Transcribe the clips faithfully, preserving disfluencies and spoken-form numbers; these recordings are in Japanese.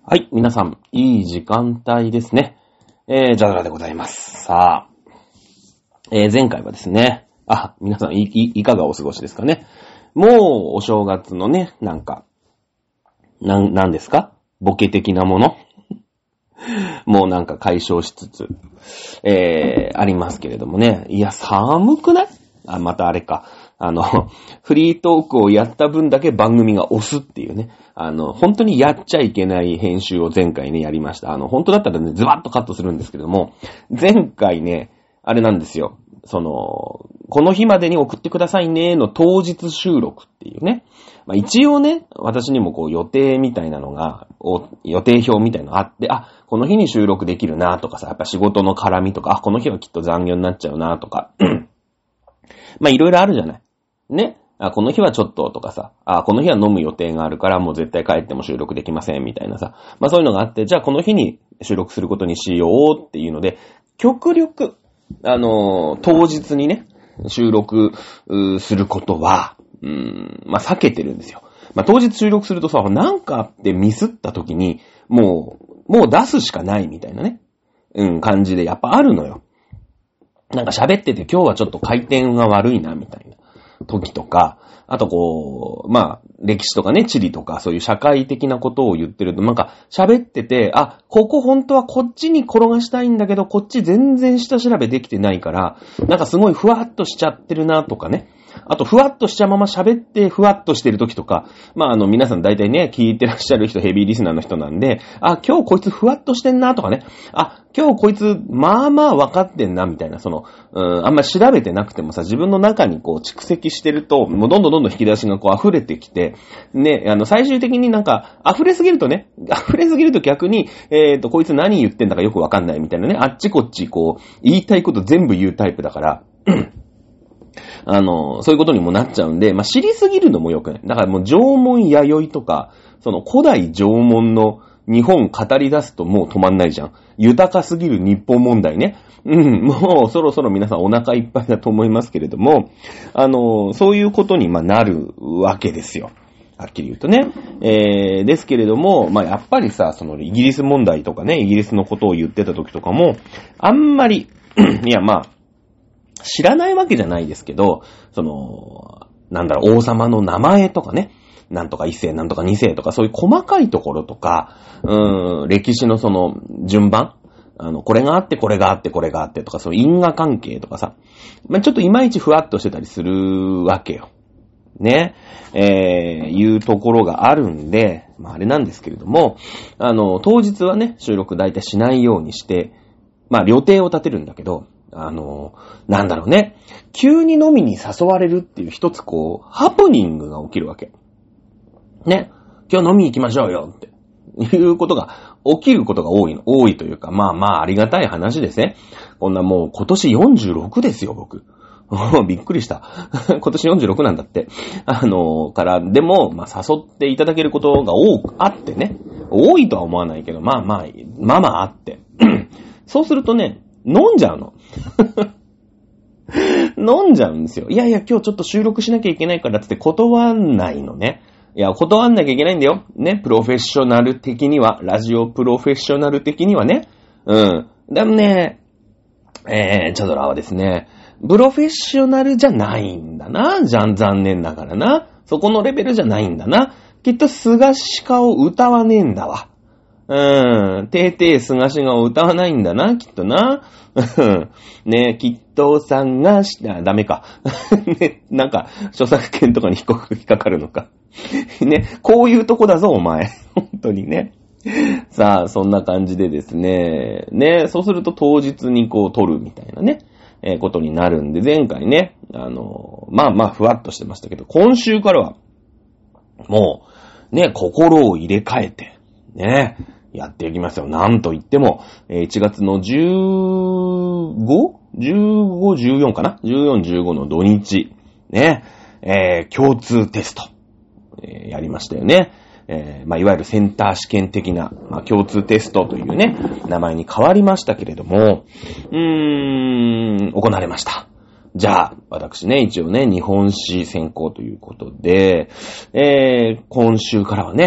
はい、皆さん、いい時間帯ですね。えー、ジャドラでございます。さあ、えー、前回はですね、あ、皆さんい、い、いかがお過ごしですかね。もう、お正月のね、なんか、なん、なんですか？ボケ的なものもうなんか解消しつつ、えー、ありますけれどもね。いや、寒くない？あ、またあれか。あの、フリートークをやった分だけ番組が押すっていうね。あの、本当にやっちゃいけない編集を前回ね、やりました。あの、本当だったらね、ズバッとカットするんですけれども、前回ね、あれなんですよ。その、この日までに送ってくださいねの当日収録っていうね。まあ、一応ね、私にもこう予定みたいなのが、予定表みたいなのがあって、あ、この日に収録できるなとかさ、やっぱ仕事の絡みとか、あ、この日はきっと残業になっちゃうなとか、まあいろいろあるじゃない。ね。あ、この日はちょっととかさ、あ、この日は飲む予定があるからもう絶対帰っても収録できませんみたいなさ。まあそういうのがあって、じゃあこの日に収録することにしようっていうので、極力、あのー、当日にね、収録することは、うーん、まあ避けてるんですよ。まあ当日収録するとさ、なんかあってミスった時に、もう、もう出すしかないみたいなね、うん、感じでやっぱあるのよ。なんか喋ってて今日はちょっと回転が悪いなみたいな時とか、あとこう、まあ、歴史とかね、地理とかそういう社会的なことを言ってると、なんか喋ってて、あ、ここ本当はこっちに転がしたいんだけど、こっち全然下調べできてないから、なんかすごいふわっとしちゃってるなとかね。あと、ふわっとしちゃうまま喋って、ふわっとしてる時とか、まあ、あの、皆さん大体ね、聞いてらっしゃる人、ヘビーリスナーの人なんで、あ、今日こいつふわっとしてんなとかね、あ、今日こいつ、まあまあ分かってんな、みたいな、その、うん、あんまり調べてなくてもさ、自分の中にこう、蓄積してると、もうどんどんどんどん引き出しがこう、溢れてきて、ね、あの、最終的になんか、溢れすぎるとね、溢れすぎると逆に、えっと、こいつ何言ってんだかよく分かんないみたいなね、あっちこっちこう、言いたいこと全部言うタイプだから、あの、そういうことにもなっちゃうんで、まあ、知りすぎるのも良くない。だからもう縄文弥生とか、その古代縄文の日本語り出すともう止まんないじゃん。豊かすぎる日本問題ね。うん、もうそろそろ皆さんお腹いっぱいだと思いますけれども、あの、そういうことにまあなるわけですよ。はっきり言うとね。えー、ですけれども、まあ、やっぱりさ、そのイギリス問題とかね、イギリスのことを言ってた時とかも、あんまり、いやまあ、知らないわけじゃないですけど、その、なんだろう、王様の名前とかね、なんとか一世、なんとか二世とか、そういう細かいところとか、うーん、歴史のその、順番、あの、これがあって、これがあって、これがあってとか、その因果関係とかさ、まあ、ちょっといまいちふわっとしてたりするわけよ。ね、えー、いうところがあるんで、まあ、あれなんですけれども、あの、当日はね、収録大体しないようにして、まあ、予定を立てるんだけど、あの、なんだろうね。急に飲みに誘われるっていう一つこう、ハプニングが起きるわけ。ね。今日飲みに行きましょうよって。いうことが、起きることが多いの。多いというか、まあまあありがたい話ですね。こんなもう今年よんじゅうろくですよ、僕。びっくりした。今年よんじゅうろくなんだって。あの、から、でも、まあ誘っていただけることが多くあってね。多いとは思わないけど、まあまあ、まあまああって。そうするとね、飲んじゃうの。飲んじゃうんですよ。いやいや、今日ちょっと収録しなきゃいけないからって断んないのね。いや、断んなきゃいけないんだよ。ね、プロフェッショナル的には、ラジオプロフェッショナル的にはね。うん。でもね、えー、チャドラーはですね、プロフェッショナルじゃないんだな。じゃん、残念ながらな。そこのレベルじゃないんだな。きっと菅鹿を歌わねえんだわ。うん。てーてーすがしがを歌わないんだな、きっとな。ねえ、きっと探した、ダメか。ね、なんか、著作権とかに引っかかるのか。ね、こういうとこだぞ、お前。本当にね。さあ、そんな感じでですね。ね、そうすると当日にこう撮るみたいなね、えー、ことになるんで、前回ね、あのー、まあまあ、ふわっとしてましたけど、今週からは、もう、ね、心を入れ替えて、ね、やっていきますよ。なんと言っても、いちがつのじゅうご?じゅうご、じゅうよんかな ?じゅうよん、じゅうごの土日、ね、えー、共通テスト、えー、やりましたよね。えー、まあ、いわゆるセンター試験的な、まあ、共通テストというね、名前に変わりましたけれども、うーん、行われました。じゃあ、私ね、一応ね、日本史専攻ということで、えー、今週からはね、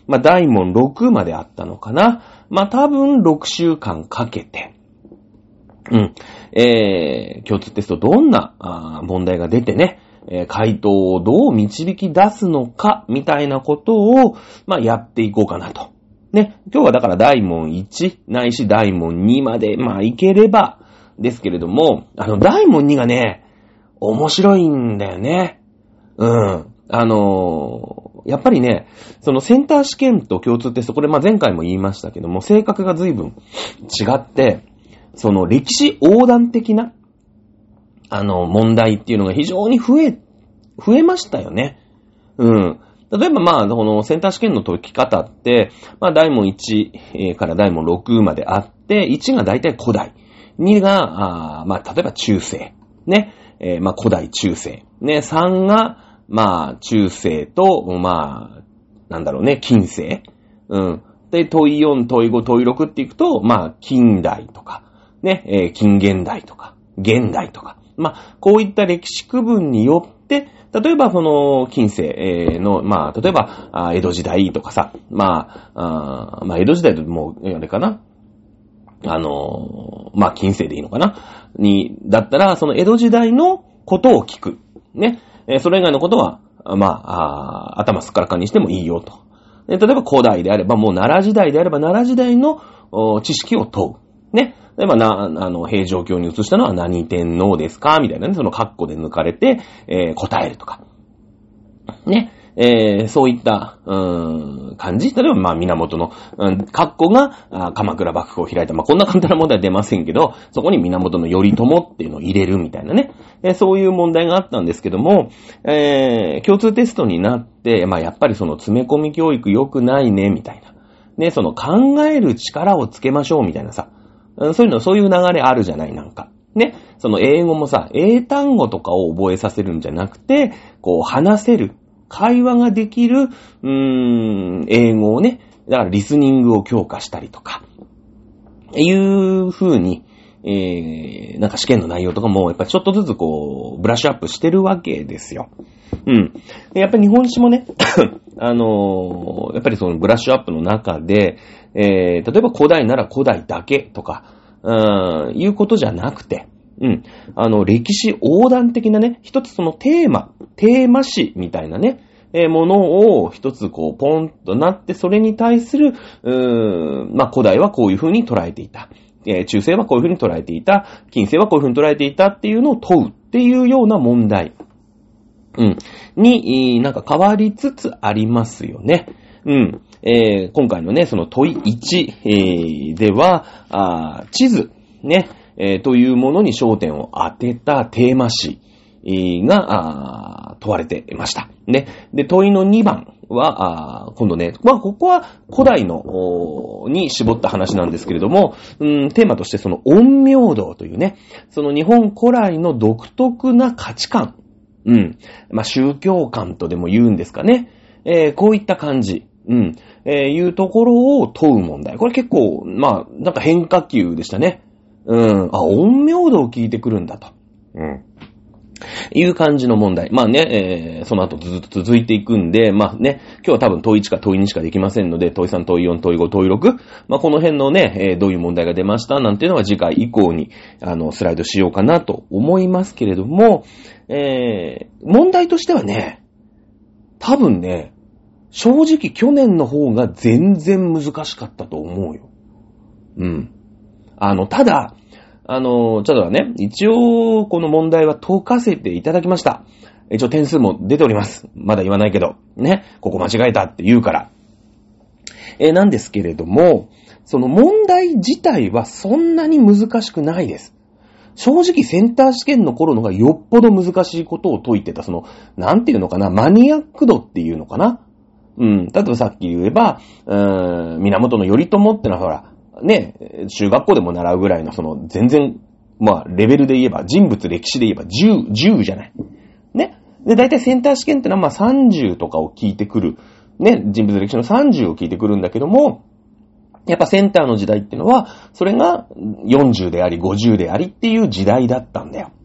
まあ、大問ろくまであったのかな。まあ、多分ろくしゅうかんかけて、うん。えー、共通テストどんなあ問題が出てね、えー、回答をどう導き出すのか、みたいなことを、まあ、やっていこうかなと。ね。今日はだから大問いち、ないし大問にまで、まあ、いければ、ですけれども、あの、大問にがね、面白いんだよね。うん。あのー、やっぱりね、そのセンター試験と共通テスト、これまあ前回も言いましたけども、性格が随分違って、その歴史横断的な、あの、問題っていうのが非常に増え、増えましたよね。うん。例えばまあ、このセンター試験の解き方って、まあ、大問いちから大問ろくまであって、いちが大体古代、にが、あまあ、例えば中世、ね、えー、まあ、古代中世、ね、さんが、まあ、中世と、まあ、なんだろうね、近世、うん。で、問いよん、問いご、問いろくっていくと、まあ、近代とか、ね、えー、近現代とか、現代とか、まあ、こういった歴史区分によって、例えばその近世の、まあ、例えば、江戸時代とかさ、まあ、あまあ、江戸時代ともう、あれかな、あの、まあ、近世でいいのかなに、だったら、その江戸時代のことを聞く。ね。えー、それ以外のことは、まあ、あ頭すっからかんにしてもいいよと。例えば古代であれば、もう奈良時代であれば、奈良時代の知識を問う。ね。例えばな、あの、平城京に移したのは何天皇ですかみたいなね、その括弧で抜かれて、えー、答えるとか。ね。えー、そういった、うーん、感じ。例えば、まあ、源の、うん、括弧が、鎌倉幕府を開いた。まあ、こんな簡単な問題は出ませんけど、そこに源の頼朝っていうのを入れるみたいなね。えー、そういう問題があったんですけども、えー、共通テストになって、まあ、やっぱりその詰め込み教育良くないね、みたいな。ね、その考える力をつけましょう、みたいなさ。そういうの、そういう流れあるじゃない、なんか。ね。その英語もさ、英単語とかを覚えさせるんじゃなくて、こう、話せる。会話ができる、うーん、英語をね、だからリスニングを強化したりとか、いう風に、えー、なんか試験の内容とかも、やっぱりちょっとずつこう、ブラッシュアップしてるわけですよ。うん。やっぱり日本史もね、あのー、やっぱりそのブラッシュアップの中で、えー、例えば古代なら古代だけとか、うーん、いうことじゃなくて、うん。あの、歴史横断的なね、一つそのテーマ、テーマ史みたいなね、えー、ものを一つこう、ポンとなって、それに対する、うーん、まあ、古代はこういう風に捉えていた。えー、中世はこういう風に捉えていた。近世はこういう風に捉えていたっていうのを問うっていうような問題。うん。に、なんか変わりつつありますよね。うん。えー、今回のね、その問いいち、えー、では、あ地図、ね。えー、というものに焦点を当てたテーマ誌が問われていました。ね。で、問いのにばんは、あ今度ね、まあ、ここは古代のに絞った話なんですけれども、うん、テーマとしてその陰陽道というね、その日本古来の独特な価値観、うん、まあ、宗教観とでも言うんですかね。えー、こういった感じ。うん。えー、いうところを問う問題。これ結構、まあ、なんか変化球でしたね。うん。あ、陰陽道を聞いてくるんだと。うん。いう感じの問題。まあね、えー、その後ずっと続いていくんで、まあね、今日は多分問いいちか問いにしかできませんので、問いさん、問いよん、問いご、問いろく。まあこの辺のね、えー、どういう問題が出ましたなんていうのは次回以降に、あの、スライドしようかなと思いますけれども、えー、問題としてはね、多分ね、正直去年の方が全然難しかったと思うよ。うん。あの、ただ、あの、ちょっとね、一応この問題は解かせていただきました。一応点数も出ております。まだ言わないけど、ね、ここ間違えたって言うから。えー、なんですけれども、その問題自体はそんなに難しくないです。正直センター試験の頃のがよっぽど難しいことを解いてた、その、なんていうのかな、マニアック度っていうのかな。うん。例えばさっき言えば、うーん、源頼朝ってのはほら、ね、中学校でも習うぐらいのその、全然、まあ、レベルで言えば、人物歴史で言えばじゅう、じゅうじゃない。ね。で、大体センター試験ってのはまあさんじゅうとかを聞いてくる。ね、人物歴史のさんじゅうを聞いてくるんだけども、やっぱセンターの時代っていうのは、それがよんじゅうであり、ごじゅうでありっていう時代だったんだよ。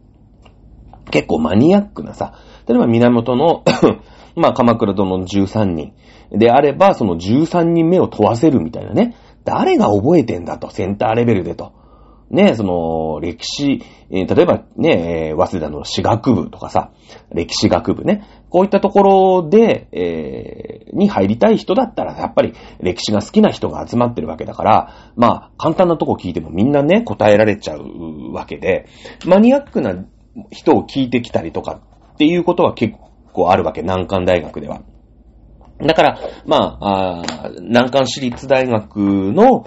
結構マニアックなさ、例えば源の、まあ鎌倉殿のじゅうさんにん、 であれば、そのじゅうさんにんめを問わせるみたいなね。誰が覚えてんだと、センターレベルでと。ね、その、歴史、えー、例えばね、えー、早稲田の史学部とかさ、歴史学部ね、こういったところで、えー、に入りたい人だったら、やっぱり歴史が好きな人が集まってるわけだから、まあ、簡単なとこ聞いてもみんなね、答えられちゃうわけで、マニアックな人を聞いてきたりとかっていうことは結構あるわけ、難関大学では。だから、まあ、あ難関私立大学の、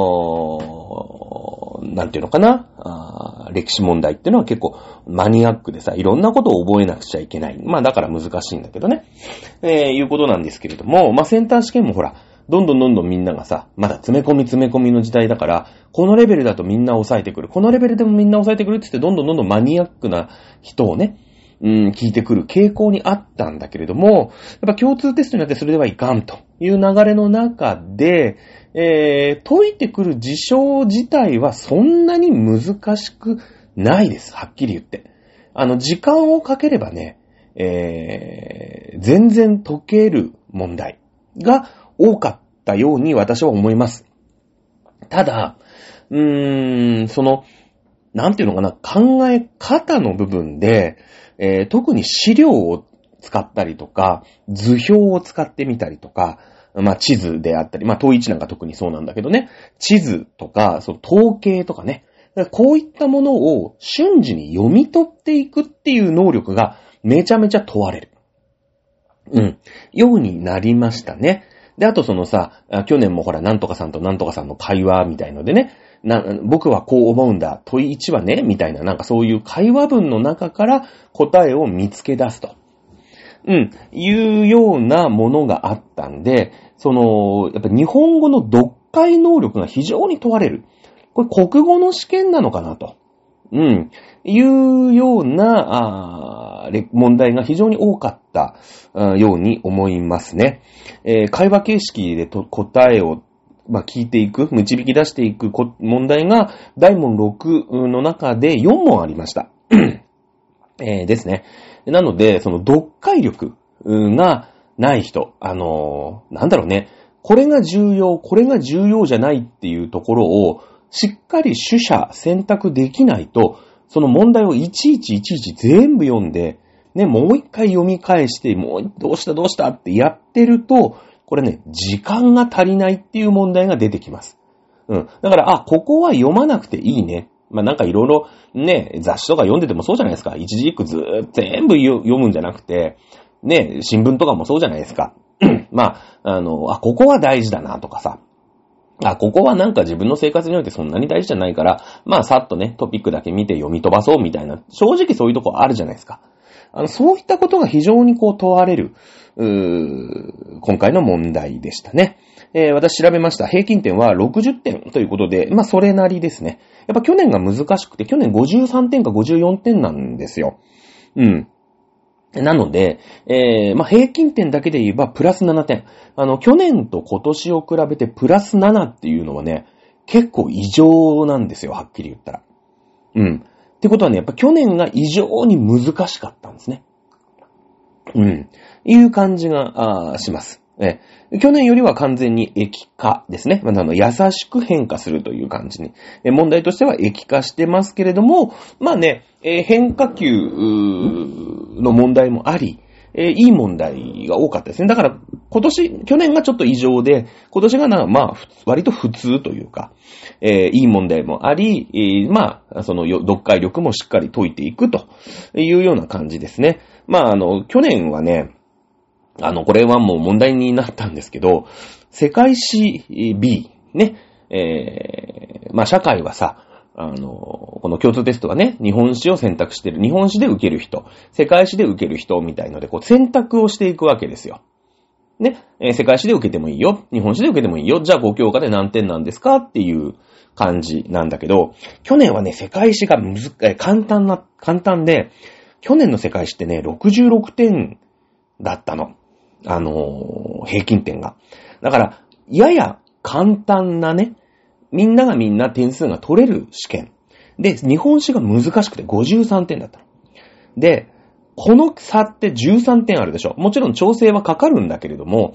なんていうのかなあ、歴史問題っていうのは結構マニアックでさ、いろんなことを覚えなくちゃいけない。まあだから難しいんだけどね。えー、いうことなんですけれども、まあセンター試験もほら、どんどんどんどんみんながさ、まだ詰め込み詰め込みの時代だから、このレベルだとみんな抑えてくる。このレベルでもみんな抑えてくるって言って、どんどんどんどんマニアックな人をね、うん、聞いてくる傾向にあったんだけれども、やっぱ共通テストによってそれではいかんという流れの中で、えー、解いてくる事象自体はそんなに難しくないです。はっきり言って。あの、時間をかければね、えー、全然解ける問題が多かったように私は思います。ただ、うーん、その、なんていうのかな、考え方の部分で、えー、特に資料を使ったりとか、図表を使ってみたりとか、まあ地図であったり、まあ統一なんか特にそうなんだけどね、地図とか、その統計とかね、こういったものを瞬時に読み取っていくっていう能力がめちゃめちゃ問われる。うん。ようになりましたね。で、あとそのさ、去年もほら、なんとかさんとなんとかさんの会話みたいのでね、な、僕はこう思うんだ、問いいちはね、みたいな、なんかそういう会話文の中から答えを見つけ出すと。うん、いうようなものがあったんで、その、やっぱ日本語の読解能力が非常に問われる。これ国語の試験なのかなと。うん、いうような、あ問題が非常に多かったように思いますね。えー、会話形式でと答えをまあ、聞いていく、導き出していく問題が、大問ろくの中でよん問ありました。えー、ですね。なので、その読解力がない人、あのー、なんだろうね、これが重要、これが重要じゃないっていうところを、しっかり取捨選択できないと、その問題をいちいちいちいち全部読んで、ね、もう一回読み返して、もうどうしたどうしたってやってると、これね、時間が足りないっていう問題が出てきます。うん。だから、あ、ここは読まなくていいね。まあ、なんかいろいろね、雑誌とか読んでてもそうじゃないですか。一字一句ずーっと全部読むんじゃなくて、ね、新聞とかもそうじゃないですか。まあ、あの、あ、ここは大事だなとかさ。あ、ここはなんか自分の生活においてそんなに大事じゃないから、まあ、さっとね、トピックだけ見て読み飛ばそうみたいな、正直そういうとこあるじゃないですか。あの、そういったことが非常にこう問われる、うー今回の問題でしたね。えー、私調べました。平均点はろくじゅってんということで、まあ、それなりですね。やっぱ去年が難しくて、去年ごじゅうさんてんかごじゅうよんてんなんですよ。うん。なので、えー、まあ、平均点だけで言えばプラスななてん。あの、去年と今年を比べてプラスななっていうのはね、結構異常なんですよ、はっきり言ったら。うん。ってことはね、やっぱ去年が異常に難しかったんですね。うん。いう感じが、あします。え去年よりは完全に液化ですね。まあ、あの、優しく変化するという感じに。え問題としては液化してますけれども、まあね、えー、変化球の問題もあり、えー、いい問題が多かったですね。だから、今年、去年がちょっと異常で、今年がな、まあ、割と普通というか、えー、いい問題もあり、えー、まあ、その、読解力もしっかり解いていくというような感じですね。まあ、あの、去年はね、あの、これはもう問題になったんですけど、世界史 B、ね、えー、まあ、社会はさ、あの、この共通テストがね、日本史を選択してる。日本史で受ける人、世界史で受ける人みたいので、こう選択をしていくわけですよ。ね、えー、世界史で受けてもいいよ。日本史で受けてもいいよ。じゃあご教科で何点なんですかっていう感じなんだけど、去年はね、世界史がむず、えー、簡単な、簡単で、去年の世界史ってね、ろくじゅうろくてんだったの。あのー、平均点が。だから、やや簡単なね、みんながみんな点数が取れる試験。で、日本史が難しくてごじゅうさんてんだったの。で、この差ってじゅうさんてんあるでしょ。もちろん調整はかかるんだけれども、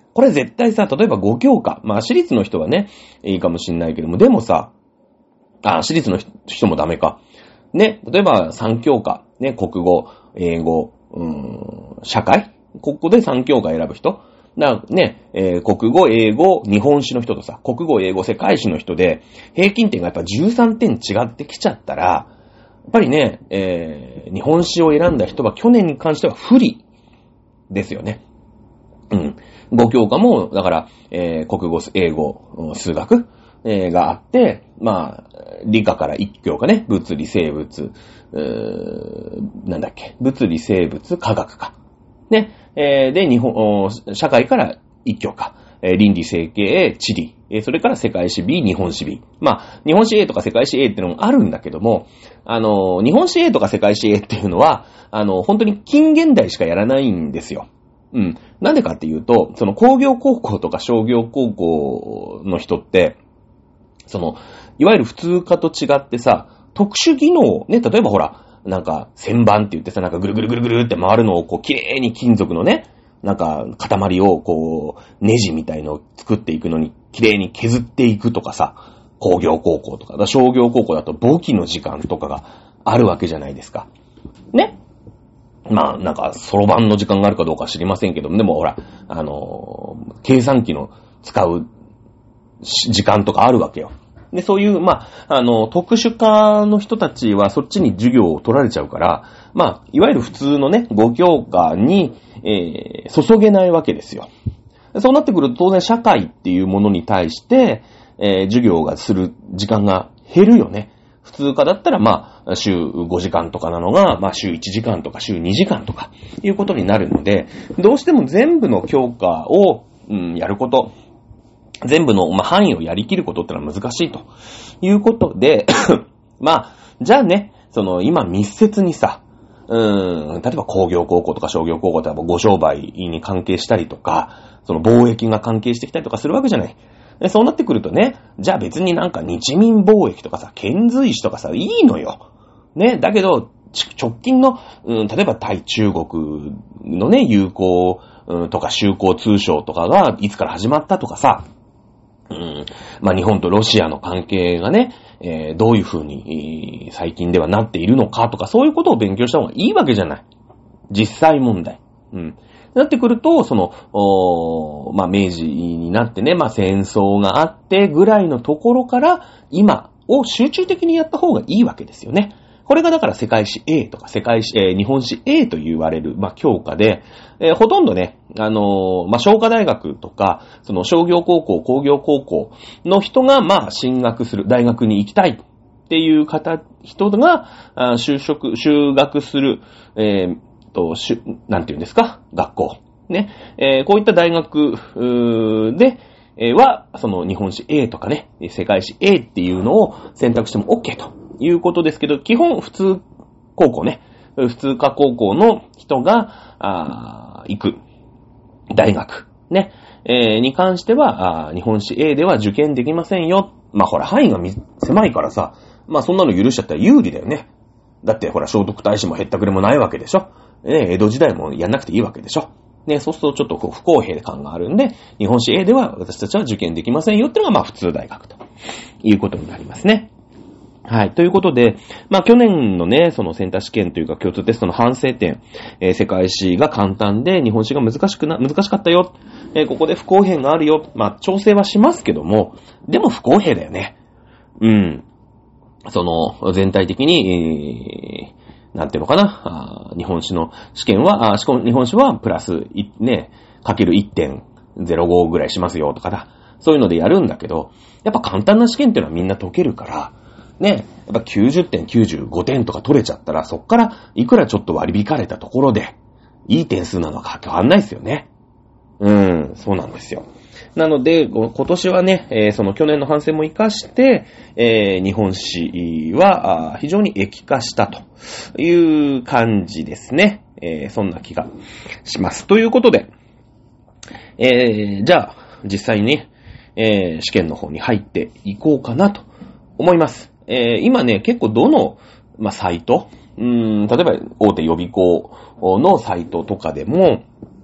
これ絶対さ、例えばご教科。まあ、私立の人はね、いいかもしんないけども、でもさ、あ、私立の人もダメか。ね、例えばさん教科。ね、国語、英語、うーん、社会？ここでさん教科選ぶ人。な、ね、えー、国語、英語、日本史の人とさ、国語、英語、世界史の人で、平均点がやっぱじゅうさんてん違ってきちゃったら、やっぱりね、えー、日本史を選んだ人は去年に関しては不利ですよね。うん。ご教科も、だから、えー、国語、英語、数学、えー、があって、まあ、理科からいち教科ね、物理、生物、うーなんだっけ、物理、生物、科学か。ね、えー、で、日本、社会からいち教科、えー、倫理、整形、地理、えー、それから世界史 B、日本史 B。まあ、日本史 A とか世界史 A っていうのもあるんだけども、あの、日本史 A とか世界史 A っていうのは、あの、本当に近現代しかやらないんですよ。うん。なんでかっていうと、その工業高校とか商業高校の人って、その、いわゆる普通科と違ってさ、特殊技能、ね、例えばほら、なんか、旋盤って言ってさ、なんかぐるぐるぐるぐるって回るのをこう、綺麗に金属のね、なんか、塊をこう、ネジみたいのを作っていくのに、綺麗に削っていくとかさ、工業高校とか、だ商業高校だと簿記の時間とかがあるわけじゃないですか。ね。まあ、なんか、そろばんの時間があるかどうか知りませんけども、でもほら、あのー、計算機の使う時間とかあるわけよ。で、そういう、まあ、あの、特殊科の人たちはそっちに授業を取られちゃうから、まあ、いわゆる普通のね、ご教科に、えー、注げないわけですよ。そうなってくると当然社会っていうものに対して、えー、授業がする時間が減るよね。普通科だったら、まあ、週ごじかんとかなのが、まあ、週いちじかんとか週にじかんとかいうことになるので、どうしても全部の教科を、うん、やること、全部の、まあ、範囲をやりきることってのは難しいということで、まあ、じゃあね、その今密接にさ、うーん、例えば工業高校とか商業高校ってご商売に関係したりとか、その貿易が関係してきたりとかするわけじゃない。そうなってくるとね、じゃあ別になんか日民貿易とかさ、遣隋使とかさ、いいのよ。ね、だけど、直近の、うん、例えば対中国のね、友好、うん、とか修好通商とかがいつから始まったとかさ、うん、まあ日本とロシアの関係がね、えー、どういう風に、えー、最近ではなっているのかとか、そういうことを勉強した方がいいわけじゃない。実際問題。うん。なってくると、その、おまあ明治になってね、まあ戦争があってぐらいのところから、今を集中的にやった方がいいわけですよね。これがだから世界史 A とか世界史、えー、日本史 A と言われる、まあ、教科で、えー、ほとんどね、あのー、まあ、商科大学とか、その商業高校、工業高校の人が、まあ、進学する、大学に行きたいっていう方、人が、あ就職、就学する、えー、と、しゅ、なんていうんですか、学校。ね。えー、こういった大学、うーで、えー、は、その日本史 A とかね、世界史 A っていうのを選択しても OK と。いうことですけど、基本普通高校ね、普通科高校の人が、あ行く大学ね、えー、に関してはあ、日本史 A では受験できませんよ。まあほら、範囲が狭いからさ、まあそんなの許しちゃったら有利だよね。だってほら、聖徳太子もへったくれもないわけでしょ。ね、江戸時代もやんなくていいわけでしょ。ね、そうするとちょっとこう不公平感があるんで、日本史 A では私たちは受験できませんよっていうのがまあ普通大学ということになりますね。はい。ということで、まあ去年のね、そのセンター試験というか共通テストの反省点、えー、世界史が簡単で日本史が難しくな、難しかったよ。えー、ここで不公平があるよ。まあ調整はしますけども、でも不公平だよね。うん。その、全体的に、えー、なんていうのかな。あ日本史の試験は、あ日本史はプラス、ね、かける いってんゼロご ぐらいしますよとかだ。そういうのでやるんだけど、やっぱ簡単な試験っていうのはみんな解けるから、ね、やっぱきゅうじゅってん、きゅうじゅうごてんとか取れちゃったら、そっからいくらちょっと割り引かれたところで、いい点数なのか変わんないですよね。うん、そうなんですよ。なので、今年はね、えー、その去年の反省も活かして、えー、日本史は非常に液化したという感じですね。えー、そんな気がします。ということで、えー、じゃあ、実際にね、えー、試験の方に入っていこうかなと思います。えー、今ね、結構どの、まあ、サイト、うーん、例えば大手予備校のサイトとかでも、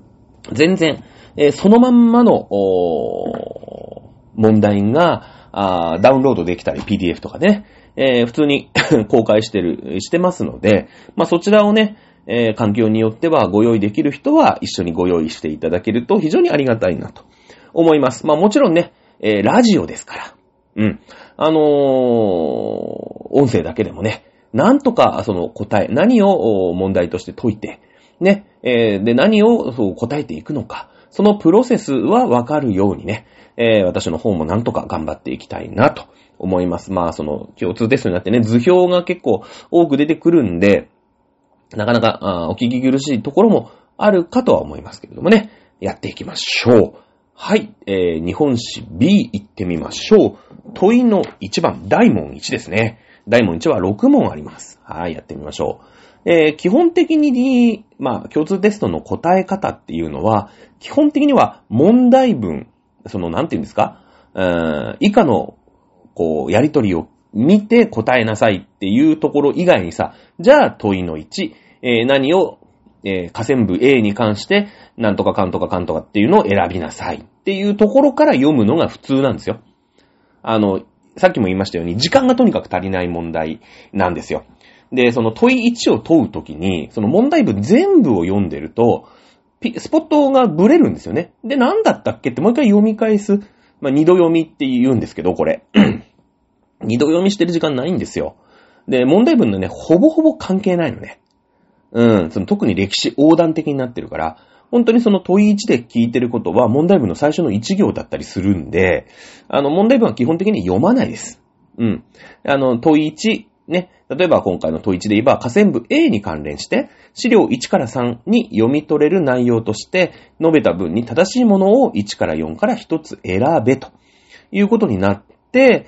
全然、えー、そのまんまの、問題が、あダウンロードできたり ピーディーエフ とかね、えー、普通に公開してる、してますので、まあ、そちらをね、えー、環境によってはご用意できる人は一緒にご用意していただけると非常にありがたいなと思います。まあ、もちろんね、えー、ラジオですから。うん。あのー、音声だけでもね、なんとかその答え、何を問題として解いて、ね、えー、で、何をそう答えていくのか、そのプロセスはわかるようにね、えー、私の方もなんとか頑張っていきたいなと思います。まあ、その、共通テストになってね、図表が結構多く出てくるんで、なかなかあお聞き苦しいところもあるかとは思いますけれどもね、やっていきましょう。はい、えー、日本史 B 行ってみましょう。問いのいちばん、大問いちですね。大問いちはろく問あります。はい、やってみましょう。えー、基本的に、まあ、共通テストの答え方っていうのは、基本的には問題文、その、なんていうんですか、うーん以下の、こう、やりとりを見て答えなさいっていうところ以外にさ、じゃあ問いのいち、えー、何を、えー、下線部 A に関して、なんとかかんとかかんとかっていうのを選びなさいっていうところから読むのが普通なんですよ。あの、さっきも言いましたように、時間がとにかく足りない問題なんですよ。で、その問いいちを問うときに、その問題文全部を読んでると、スポットがブレるんですよね。で、何だったっけってもう一回読み返す。まあ、二度読みって言うんですけど、これ。二度読みしてる時間ないんですよ。で、問題文のね、ほぼほぼ関係ないのね。うん、その特に歴史横断的になってるから、本当にその問いいちで聞いてることは問題文の最初のいち行だったりするんで、あの問題文は基本的に読まないです。うん。あの問いいち、ね、例えば今回の問いいちで言えば下線部 A に関連して、資料いちからさんに読み取れる内容として、述べた文に正しいものをいちからよんからひとつ選べということになって、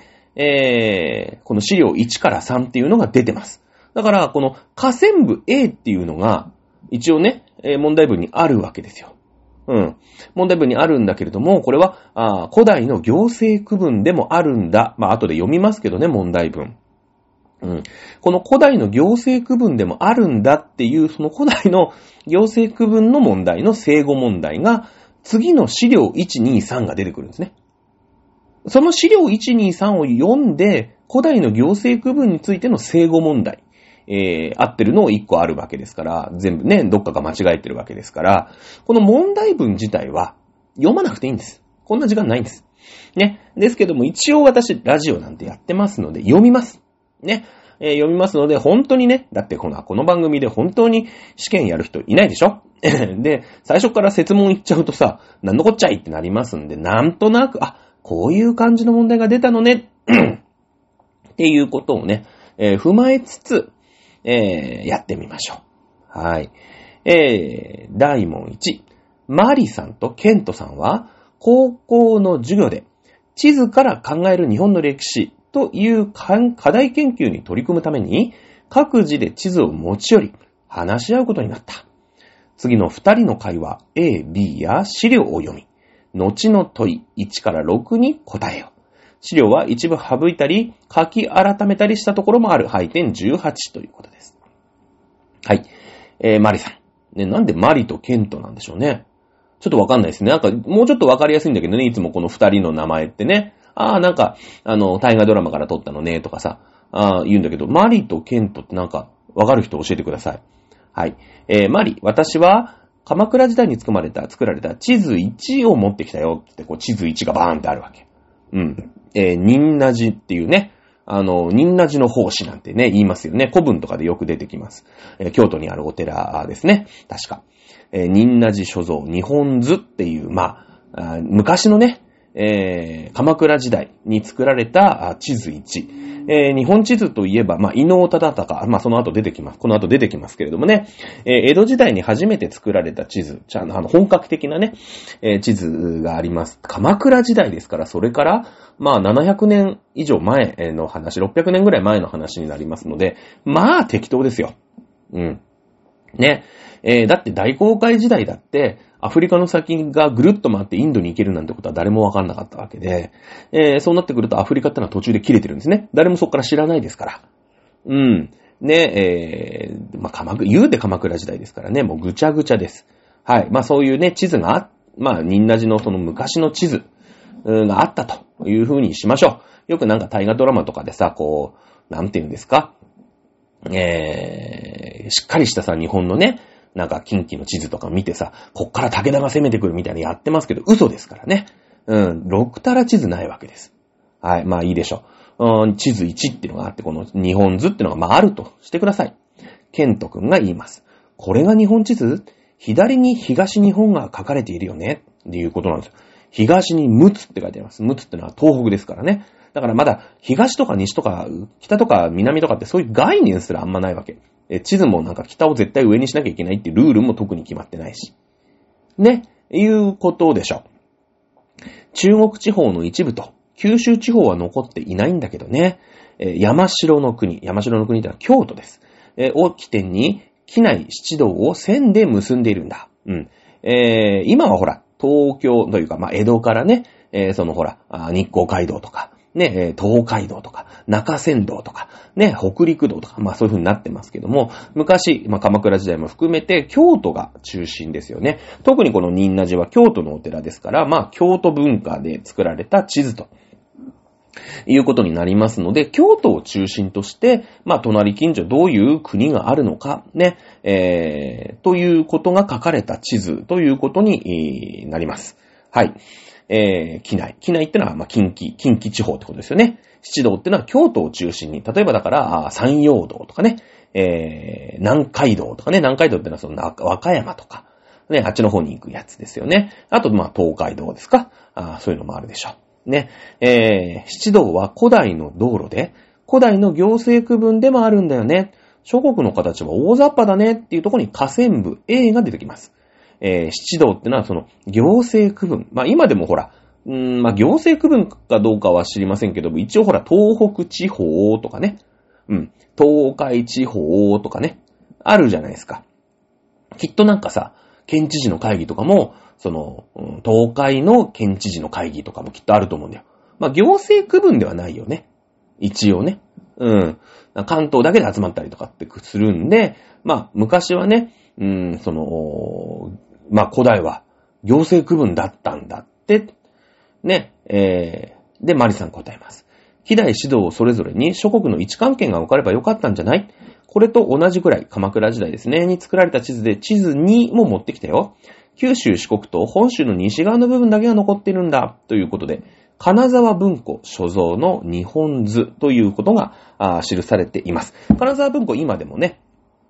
えー、この資料いちからさんっていうのが出てます。だから、この下線部 A っていうのが、一応ね、問題文にあるわけですよ。うん。問題文にあるんだけれども、これは、あ古代の行政区分でもあるんだ。まあ、後で読みますけどね、問題文。うん。この古代の行政区分でもあるんだっていう、その古代の行政区分の問題の正誤問題が、次の資料いち、に、さんが出てくるんですね。その資料いち、に、さんを読んで、古代の行政区分についての正誤問題。えー、合ってるのをいっこあるわけですから、全部ね、どっかが間違えてるわけですから、この問題文自体は読まなくていいんです。こんな時間ないんです。ね。ですけども、一応私、ラジオなんてやってますので、読みます。ね。えー、読みますので、本当にね、だってこの、この番組で本当に試験やる人いないでしょで、最初から設問言っちゃうとさ、なんのこっちゃいってなりますんで、なんとなく、あ、こういう感じの問題が出たのね、っていうことをね、えー、踏まえつつ、えー、やってみましょう。はい。えー、大問いち。マリさんとケントさんは、高校の授業で、地図から考える日本の歴史という課題研究に取り組むために、各自で地図を持ち寄り、話し合うことになった。次の二人の会話 A、B や資料を読み、後の問いいちからろくに答えよう。資料は一部省いたり、書き改めたりしたところもある。配点じゅうはちということです。はい。えー、マリさん。ね、なんでマリとケントなんでしょうね。ちょっとわかんないですね。なんか、もうちょっとわかりやすいんだけどね、いつもこの二人の名前ってね。ああ、なんか、あの、大河ドラマから撮ったのね、とかさ、ああ、言うんだけど、マリとケントってなんか、わかる人教えてください。はい。えー、マリ、私は、鎌倉時代に作られた、作られた地図いちを持ってきたよって、こう、地図いちがバーンってあるわけ。うん。えー、仁和寺っていうね、あの、仁和寺の法師なんてね、言いますよね。古文とかでよく出てきます。えー、京都にあるお寺ですね。確か。えー、仁和寺所蔵日本図っていう、まあ、あ昔のね、えー、鎌倉時代に作られた地図いち。えー、日本地図といえば、まあ、伊能忠敬、まあ、その後出てきます。この後出てきますけれどもね、えー、江戸時代に初めて作られた地図、あの、本格的なね、えー、地図があります。鎌倉時代ですから、それから、まあ、ななひゃくねん以上前の話、ろっぴゃくねんぐらい前の話になりますので、まあ、適当ですよ。うん。ね。えー、だって大航海時代だって、アフリカの先がぐるっと回ってインドに行けるなんてことは誰もわかんなかったわけで、えー、そうなってくるとアフリカってのは途中で切れてるんですね。誰もそこから知らないですから。うん。ね、えー、まあ、鎌倉、言うて鎌倉時代ですからね、もうぐちゃぐちゃです。 はい。まあそういうね、地図があ、まあ、仁和寺のその昔の地図があったという風にしましょう。よくなんか大河ドラマとかでさ、こう、なんて言うんですか、えー、しっかりしたさ、日本のね、なんか近畿の地図とか見てさ、こっから武田が攻めてくるみたいなやってますけど、嘘ですからね。うん、ろくたら地図ないわけです。はい、まあいいでしょう。うん、地図いちっていうのがあって、この日本図っていうのがまああるとしてください。ケント君が言います。これが日本地図？左に東日本が書かれているよねっていうことなんですよ。東に陸奥って書いてあります。陸奥ってのは東北ですからね。だからまだ東とか西とか北とか南とかってそういう概念すらあんまないわけ。え地図もなんか北を絶対上にしなきゃいけないっていうルールも特に決まってないし。ね。いうことでしょ。中国地方の一部と九州地方は残っていないんだけどね。え山城の国。山城の国ってのは京都です。えを起点に畿内七道を線で結んでいるんだ。うん。えー、今はほら、東京というか、まあ、江戸からね、えー、そのほら、日光街道とか、ね、東海道とか、中山道とか、ね、北陸道とか、まあそういう風になってますけども、昔、まあ鎌倉時代も含めて京都が中心ですよね。特にこの仁和寺は京都のお寺ですから、まあ京都文化で作られた地図と。いうことになりますので、京都を中心として、まあ、隣近所どういう国があるのか、ね、えー、ということが書かれた地図ということになります。はい。えー、畿内。畿内ってのは、まあ、近畿、近畿地方ってことですよね。七道ってのは京都を中心に、例えばだから、山陽道とかね、えー、南海道とかね、南海道ってのはその、和歌山とか、ね、あっちの方に行くやつですよね。あと、まあ、東海道ですか。あそういうのもあるでしょう。ね、えー、七道は古代の道路で、古代の行政区分でもあるんだよね。諸国の形は大雑把だねっていうところに河川部 A が出てきます。えー、七道ってのはその行政区分。まあ今でもほら、うーん、まあ行政区分かどうかは知りませんけども、一応ほら東北地方とかね、うん、東海地方とかね、あるじゃないですか。きっとなんかさ、県知事の会議とかも、その、東海の県知事の会議とかもきっとあると思うんだよ。まあ、行政区分ではないよね。一応ね。うん。関東だけで集まったりとかってするんで、まあ、昔はね、うん、その、まあ、古代は行政区分だったんだって、ね、えー、で、マリさん答えます。希代指導それぞれに諸国の位置関係が分かればよかったんじゃない？これと同じくらい、鎌倉時代ですね、に作られた地図で地図にも持ってきたよ。九州四国と本州の西側の部分だけが残っているんだ。ということで、金沢文庫所蔵の日本図ということが記されています。金沢文庫今でもね、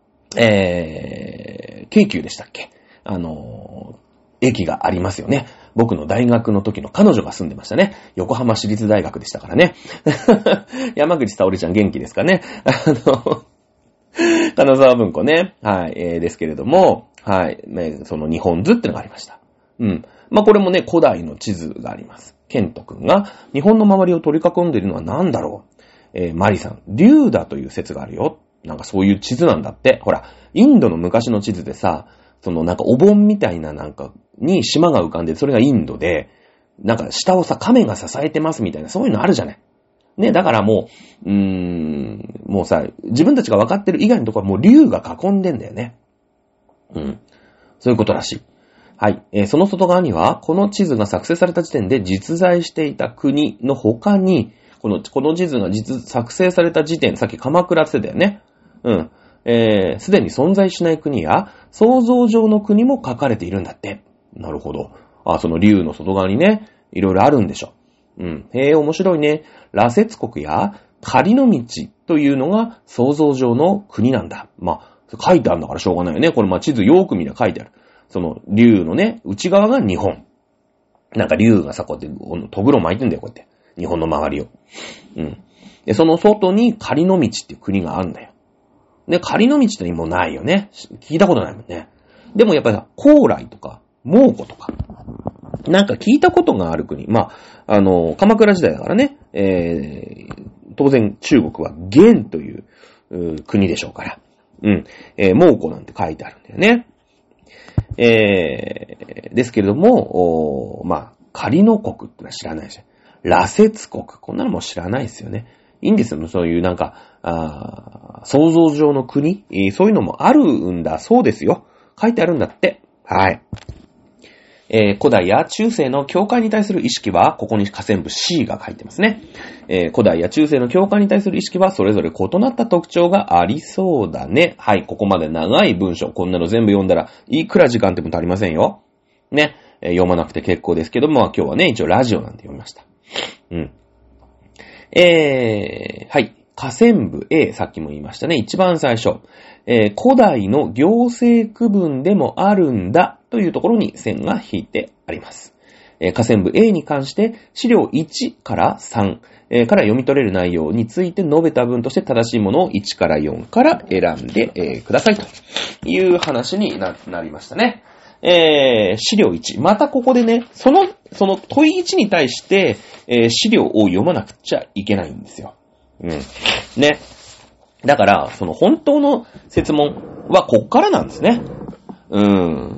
えー、京急でしたっけ？あのー、駅がありますよね。僕の大学の時の彼女が住んでましたね。横浜市立大学でしたからね。山口沙織ちゃん元気ですかね。あの、金沢文庫ね。はい、えー、ですけれども、はい、ね、その日本図ってのがありました。うん。まあ、これもね、古代の地図があります。ケント君が日本の周りを取り囲んでいるのは何だろう？えー、マリさん、竜だという説があるよ。なんかそういう地図なんだって。ほら、インドの昔の地図でさ、そのなんかお盆みたいななんかに島が浮かんで、それがインドで、なんか下をさ、亀が支えてますみたいな、そういうのあるじゃない。ね、だからもう、うーん、もうさ、自分たちが分かってる以外のところはもう竜が囲んでんだよね。うん。そういうことらしい。はい。えー、その外側には、この地図が作成された時点で実在していた国の他に、この、この地図が実、作成された時点、さっき鎌倉って言ったよね。うん。えー、すでに存在しない国や、想像上の国も書かれているんだって。なるほど。あ、その竜の外側にね、いろいろあるんでしょ。うん。へえ、面白いね。羅刹国や仮の道というのが想像上の国なんだ。まあ、書いてあるんだからしょうがないよね。これまあ地図よーく見れば書いてある。その竜のね、内側が日本。なんか竜がさ、こうやってとぐろ巻いてんだよ、こうやって。日本の周りを。うん。で、その外に仮の道っていう国があるんだよ。で、仮の道ってもうないよね。聞いたことないもんね。でもやっぱりさ、高麗とか、蒙古とか、なんか聞いたことがある国。まあ、あの、鎌倉時代だからね、えー、当然中国は元という、う国でしょうから。うん。えー、蒙古なんて書いてあるんだよね。えー、ですけれども、まあ、仮の国ってのは知らないし、羅刹国、こんなのも知らないですよね。いいんですよ。そういうなんか、あ想像上の国、えー、そういうのもあるんだそうですよ。書いてあるんだって。 はい。えー、古代や中世の教会に対する意識は、ここに下線部 C が書いてますね。えー、古代や中世の教会に対する意識は、それぞれ異なった特徴がありそうだね。はい、ここまで長い文章、こんなの全部読んだら、いくら時間っても足りませんよ。ね、えー、読まなくて結構ですけども、今日はね、一応ラジオなんて読みました。うん。えー、はい。下線部 A、さっきも言いましたね。一番最初。えー、古代の行政区分でもあるんだというところに線が引いてあります。えー、下線部 A に関して資料いちからさん、えー、から読み取れる内容について述べた文として正しいものをいちからよんから選んで、えー、くださいという話に な, なりましたね。えー、資料いち。またここでね、その、その問いいちに対して、えー、資料を読まなくちゃいけないんですよ。うん。ね。だから、その本当の設問はこっからなんですね。うん。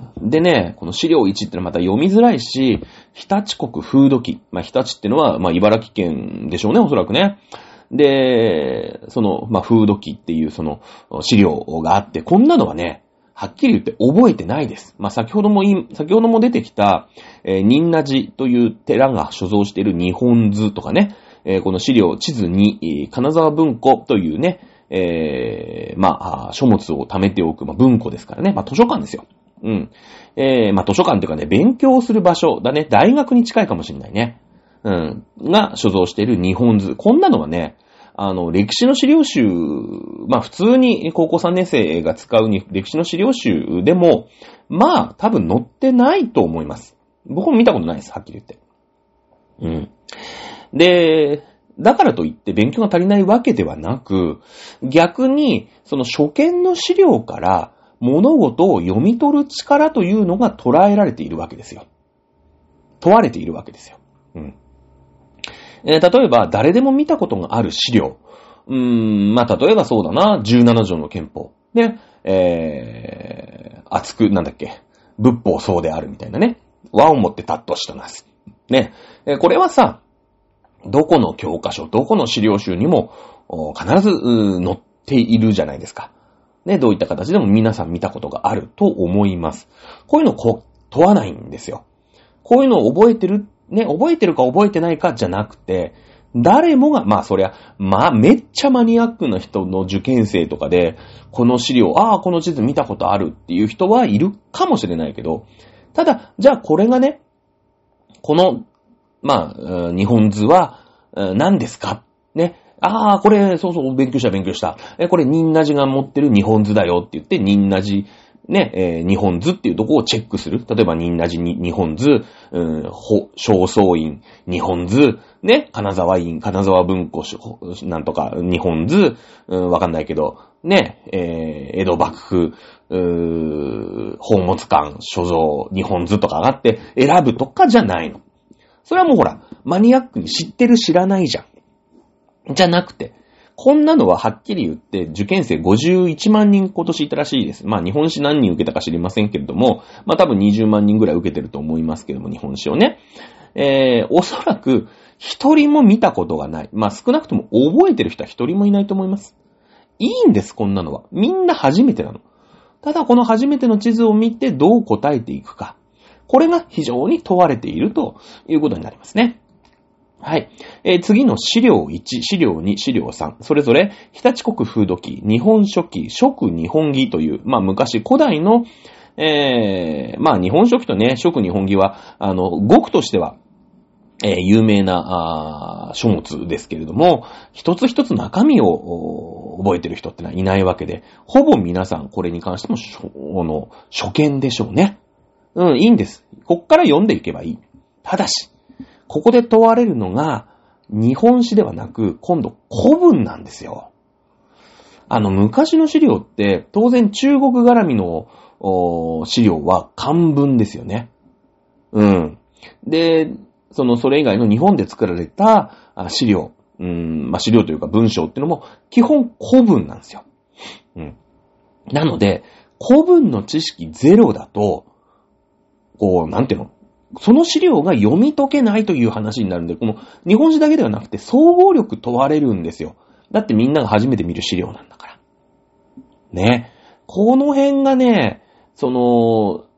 でね、この資料いちってのはまた読みづらいし、日立国風土記。まあ、日立ってのは、まあ、茨城県でしょうね、おそらくね。で、その、まあ、風土記っていうその資料があって、こんなのはね、はっきり言って覚えてないです。まあ、先ほどもい、先ほども出てきた、えー、仁和寺という寺が所蔵している日本図とかね、えー、この資料、地図に、えー、金沢文庫というね、えー、まあ、書物を貯めておく、まあ、文庫ですからね。まあ、図書館ですよ。うん。えー、まあ、図書館というかね、勉強する場所だね。大学に近いかもしれないね。うん。が所蔵している日本図。こんなのはね、あの、歴史の資料集、まあ、普通に高校さんねん生が使うに歴史の資料集でも、まあ、多分載ってないと思います。僕も見たことないです、はっきり言って。うん。で、だからといって勉強が足りないわけではなく、逆に、その初見の資料から物事を読み取る力というのが捉えられているわけですよ。問われているわけですよ。うん。えー、例えば、誰でも見たことがある資料。うーん、まあ、例えばそうだな、じゅうなな条の憲法。ね、えー、厚く、なんだっけ、仏法そうであるみたいなね。和をもって尊しとなす。ね、えー、これはさ、どこの教科書、どこの資料集にも必ず載っているじゃないですか。ね、どういった形でも皆さん見たことがあると思います。こういうのをこう問わないんですよ。こういうのを覚えてる、ね、覚えてるか覚えてないかじゃなくて、誰もが、まあそりゃ、まあめっちゃマニアックな人の受験生とかで、この資料、ああ、この地図見たことあるっていう人はいるかもしれないけど、ただ、じゃあこれがね、この、まあ、日本図は何ですかね。ああ、これ、そうそう、勉強した、勉強した。え、これ、仁和寺が持ってる日本図だよって言って、仁和寺、ね、えー、日本図っていうところをチェックする。例えば、仁和寺に日本図、うん、正倉院、日本図、ね、金沢院、金沢文庫、なんとか、日本図、うん、わかんないけど、ね、えー、江戸幕府、うー、宝物館、所蔵、日本図とか上がって選ぶとかじゃないの。それはもうほら、マニアックに知ってる知らないじゃん。じゃなくて、こんなのははっきり言って受験生ごじゅういちまんにん今年いたらしいです。まあ日本史何人受けたか知りませんけれども、まあ多分にじゅうまんにんぐらい受けてると思いますけども、日本史をね。えー、おそらく一人も見たことがない。まあ少なくとも覚えてる人は一人もいないと思います。いいんです、こんなのは。みんな初めてなの。ただこの初めての地図を見てどう答えていくか。これが非常に問われているということになりますね。はい。えー、次の資料いち、資料に、資料さん。それぞれ、日立国風土記、日本書紀、蜀日本紀という、まあ昔古代の、えー、まあ日本書紀とね、蜀日本紀は、あの、語句としては、えー、有名なあ書物ですけれども、一つ一つ中身を覚えてる人ってのはいないわけで、ほぼ皆さんこれに関しても、あの、初見でしょうね。うん、いいんです。こっから読んでいけばいい。ただし、ここで問われるのが、日本史ではなく、今度古文なんですよ。あの、昔の資料って、当然中国絡みの資料は漢文ですよね。うん。で、その、それ以外の日本で作られた資料、うん、まあ、資料というか文章っていうのも、基本古文なんですよ。うん。なので、古文の知識ゼロだと、こう、なんていうの？その資料が読み解けないという話になるんで、この日本史だけではなくて総合力問われるんですよ。だってみんなが初めて見る資料なんだから。ね。この辺がね、その、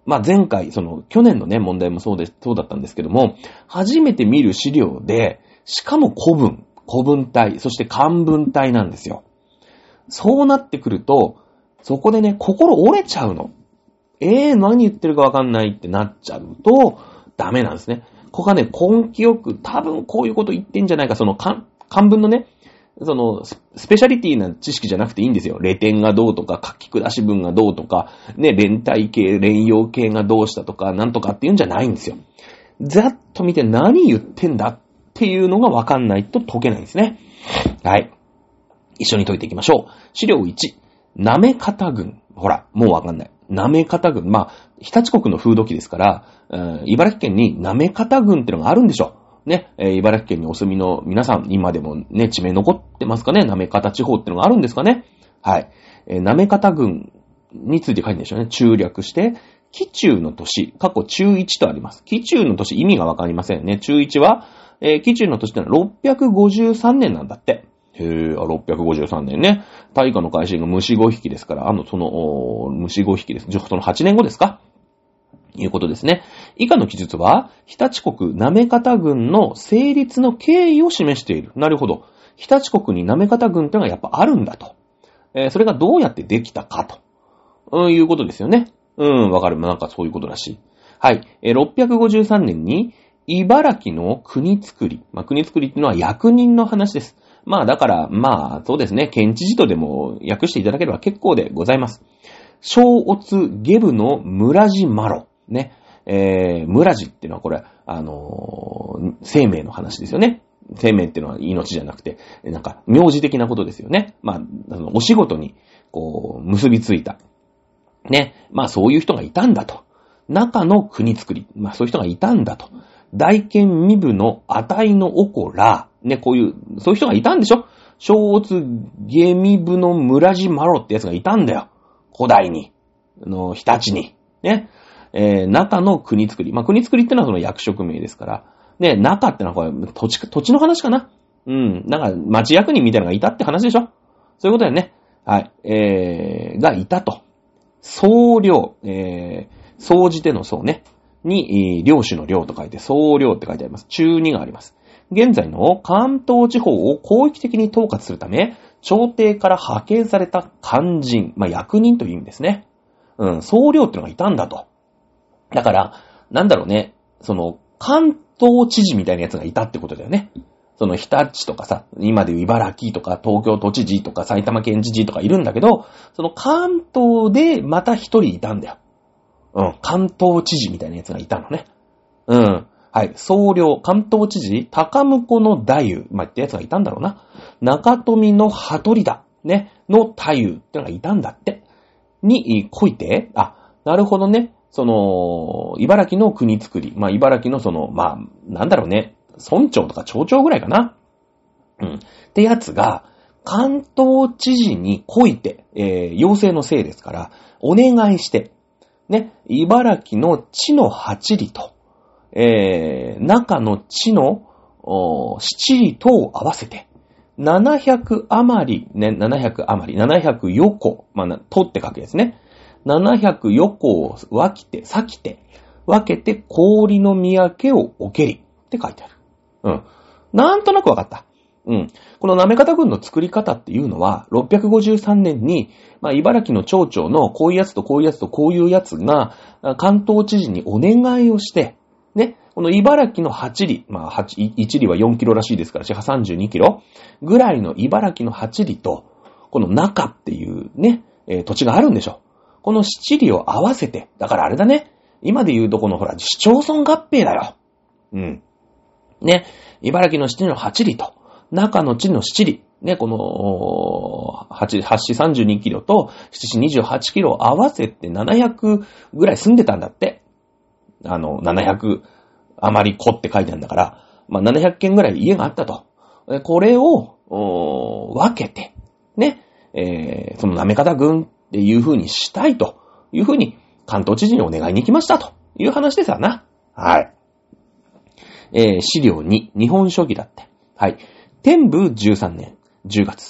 まあ、前回、その、去年のね、問題もそうで、そうだったんですけども、初めて見る資料で、しかも古文、古文体、そして漢文体なんですよ。そうなってくると、そこでね、心折れちゃうの。えー、何言ってるかわかんないってなっちゃうと、ダメなんですね。ここがね、根気よく、多分こういうこと言ってんじゃないか、その漢、漢文のね、その、スペシャリティな知識じゃなくていいんですよ。レ点がどうとか、書き下し文がどうとか、ね、連体形、連用形がどうしたとか、なんとかっていうんじゃないんですよ。ざっと見て何言ってんだっていうのがわかんないと解けないんですね。はい。一緒に解いていきましょう。資料いち。なめ方群。ほら、もうわかんない。なめ方群。まあ、日立国の風土記ですから、うん、茨城県になめ方群ってのがあるんでしょう。ね、えー、茨城県にお住みの皆さん、今でもね、地名残ってますかね。なめ方地方ってのがあるんですかね。はい。えー、なめ方群について書いてるんでしょうね。中略して、紀中の年、過去中いちとあります。紀中の年意味がわかりませんね。中いちは、えー、紀中の年ってのはろっぴゃくごじゅうさんねんなんだって。へぇ、あ、ろっぴゃくごじゅうさんねんね。大化の改新が虫ごひきですから、あの、その、虫ごひきです。そのはちねんごですかいうことですね。以下の記述は、日立国なめ方郡の成立の経緯を示している。なるほど。日立国になめ方郡ってのがやっぱあるんだと。えー、それがどうやってできたかと、うん、いうことですよね。うん、わかる。なんかそういうことらしい。はい。えー、ろっぴゃくごじゅうさんねんに、茨城の国造り。まあ、国造りっていうのは役人の話です。まあ、だから、まあ、そうですね。県知事とでも訳していただければ結構でございます。小乙下部の村地マロ。ね。えー、村地っていうのはこれ、あのー、生命の話ですよね。生命っていうのは命じゃなくて、なんか、名字的なことですよね。まあ、あのお仕事に、こう、結びついた。ね。まあ、そういう人がいたんだと。中の国造り。まあ、そういう人がいたんだと。大県身部の値のおこら。ね、こういう、そういう人がいたんでしょ。小乙下身部の村地マロってやつがいたんだよ。古代に。あの、日立に。ね。えー、中の国造り。まあ、国造りってのはその役職名ですから。ね、中ってのはこれ、土地、土地の話かな。うん。なんか、町役人みたいなのがいたって話でしょ。そういうことだよね。はい。えー、がいたと。総領、えー、総じての総ね。に、領主の領と書いて、総領って書いてあります。中にがあります。現在の関東地方を広域的に統括するため、朝廷から派遣された官人、まあ、役人という意味ですね。うん、総領ってのがいたんだと。だから、なんだろうね、その、関東知事みたいなやつがいたってことだよね。その、日立とかさ、今でいう茨城とか東京都知事とか埼玉県知事とかいるんだけど、その関東でまた一人いたんだよ。うん、関東知事みたいなやつがいたのね。うん。はい。総領、関東知事、高婿の太夫、まあ、ってやつがいたんだろうな。中富の羽鳥だ、ね、の太夫ってのがいたんだって。に、こいて、あ、なるほどね。その、茨城の国造り。まあ、茨城のその、まあ、なんだろうね。村長とか町長ぐらいかな。うん。ってやつが、関東知事にこいて、えー、要請のせいですから、お願いして、ね、茨城の地の八里と、えー、中の地の七里とを合わせて、ななひゃく余り、ね、ななひゃく余り、ななひゃく横、まあ、とって書くですね。ななひゃく横を分けて、裂きて、分けて氷の宮家をおけりって書いてある。うん。なんとなくわかった。うん。このなめ方郡の作り方っていうのは、ろっぴゃくごじゅうさんねんに、まあ、茨城の町長のこういうやつとこういうやつとこういうやつが、関東知事にお願いをして、ね、この茨城のはち里、まあ、いち里はよんキロらしいですから、四波さんじゅうにキロぐらいの茨城のはち里と、この中っていうね、えー、土地があるんでしょ。この七里を合わせて、だからあれだね、今で言うとこのほら、市町村合併だよ。うん。ね、茨城の七里のはち里と、中の地の七里、ね、この、八、八市さんじゅうにキロと、七市にじゅうはちキロを合わせてななひゃくぐらい住んでたんだって。あの、ななひゃく余り子って書いてあるんだから、まあ、ななひゃくけんぐらい家があったと。これを、分けて、ね、えー、そのなめ方郡っていう風にしたいという風に関東知事にお願いに行きましたという話ですわな。はい。えー、資料に、日本書紀だって。はい。天武じゅうさんねんじゅうがつ、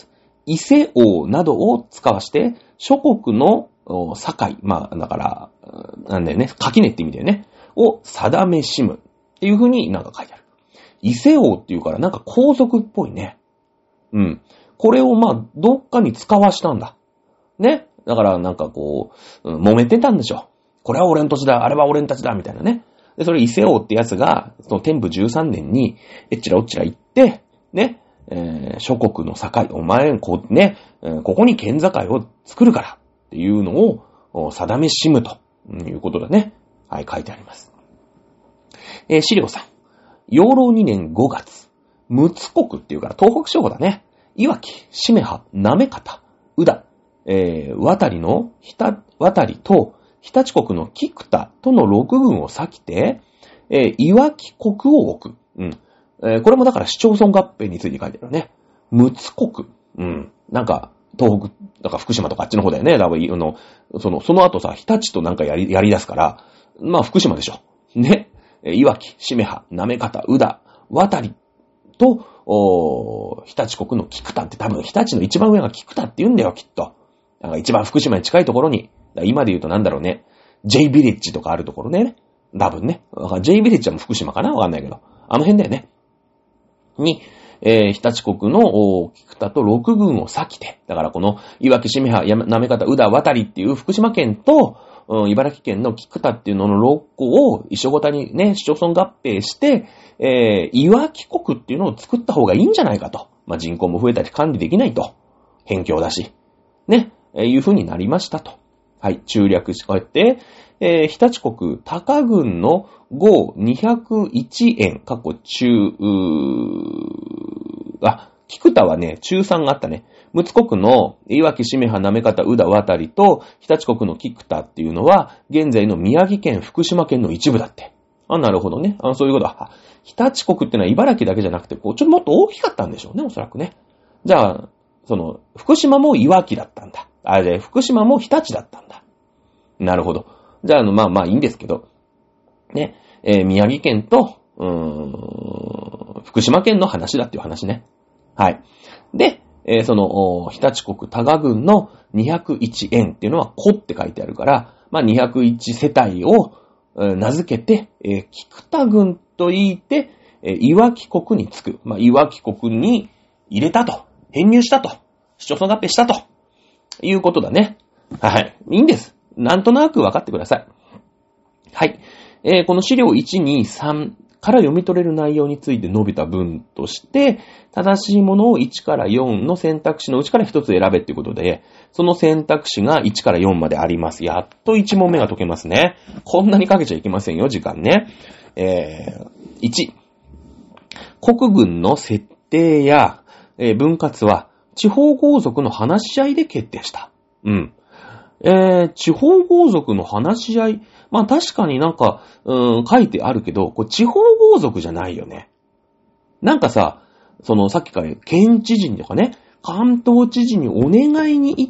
伊勢王などを使わして、諸国の境、まあ、だから、なんだよね、垣根って意味だよね、を定めしむっていう風になんか書いてある。伊勢王っていうからなんか皇族っぽいね。うん。これをまあ、どっかに使わしたんだ。ね。だからなんかこう、うん、揉めてたんでしょ。これは俺の土地だ、あれは俺の土地だ、みたいなね。で、それ伊勢王ってやつが、その天武じゅうさんねんに、えっちらおっちら行って、ね、えー、諸国の境、お前、こうね、えー、ここに県境を作るから、っていうのを、定めしむということだね。はい、書いてあります。えー、資料さん。養老にねんごがつ、陸奥国っていうから東北地方だね。いわき、しめは、なめかた、うだ、えー、渡りの、ひた、渡りと、日立国の菊田とのろくぐんを割きて、えー、いわき国を置く。うん。えー、これもだから市町村合併について書いてあるね。陸奥国。うん。なんか、東北、だから福島とかあっちの方だよね。だから、あの、その、その後さ、日立となんかやり、やり出すから、まあ福島でしょ。ね。えー、いわき、しめは、なめかた、うだ、渡りと、お日立国の菊田って多分日立の一番上が菊田って言うんだよ、きっと。なんか一番福島に近いところに、今で言うとなんだろうね。J ビレッジとかあるところね。多分ね。J ビレッジはもう福島かなわかんないけど。あの辺だよね。に、えー、日立国の菊田とろくぐんを割きて。だからこの、いわき、しめは、なめかた、うだ、渡りっていう福島県と、うん、茨城県の菊田っていうののろっこを一緒ごたにね、市町村合併して、えー、いわき国っていうのを作った方がいいんじゃないかと。まあ、人口も増えたり管理できないと。辺境だし。ね、えー、いう風になりましたと。はい、中略し、こうやって、えー、日立国、高郡の号にひゃくいちえん、過去中、うー、あ、菊田はね、中さんがあったね。陸奥国のいわき、しめは、なめかた、うだ、渡りと、日立国の菊田っていうのは、現在の宮城県、福島県の一部だって。あ、なるほどね。あ、そういうことは。日立国ってのは茨城だけじゃなくて、こう、ちょっともっと大きかったんでしょうね、おそらくね。じゃあ、その、福島もいわきだったんだ。あれで、福島も日立だったんだ。なるほど。じゃあ、あの、まあまあいいんですけど、ね、えー、宮城県と、うーん、福島県の話だっていう話ね。はい。で、えー、その、日立国多賀郡のにひゃくいちえんっていうのは、子って書いてあるから、まあにひゃくいち世帯を、えー、名付けて、えー、菊田郡と言いて、えー、いわき国につく。まあ、いわき国に入れたと。編入したと。市町村合併したと。いうことだね。はい。いいんです。なんとなく分かってください。はい。えー、この資料いち、に、さんから読み取れる内容について述べた文として、正しいものをいちからよんの選択肢のうちからひとつ選べっていうことで、その選択肢がいちからよんまであります。やっといち問目が解けますね。こんなにかけちゃいけませんよ、時間ね。えー、いち。国軍の設定や、えー、分割は地方豪族の話し合いで決定した。うん。えー、地方豪族の話し合い。まあ確かになんか、うーん、書いてあるけど、これ地方豪族じゃないよね。なんかさ、そのさっきから県知事とかね、関東知事にお願いに行って、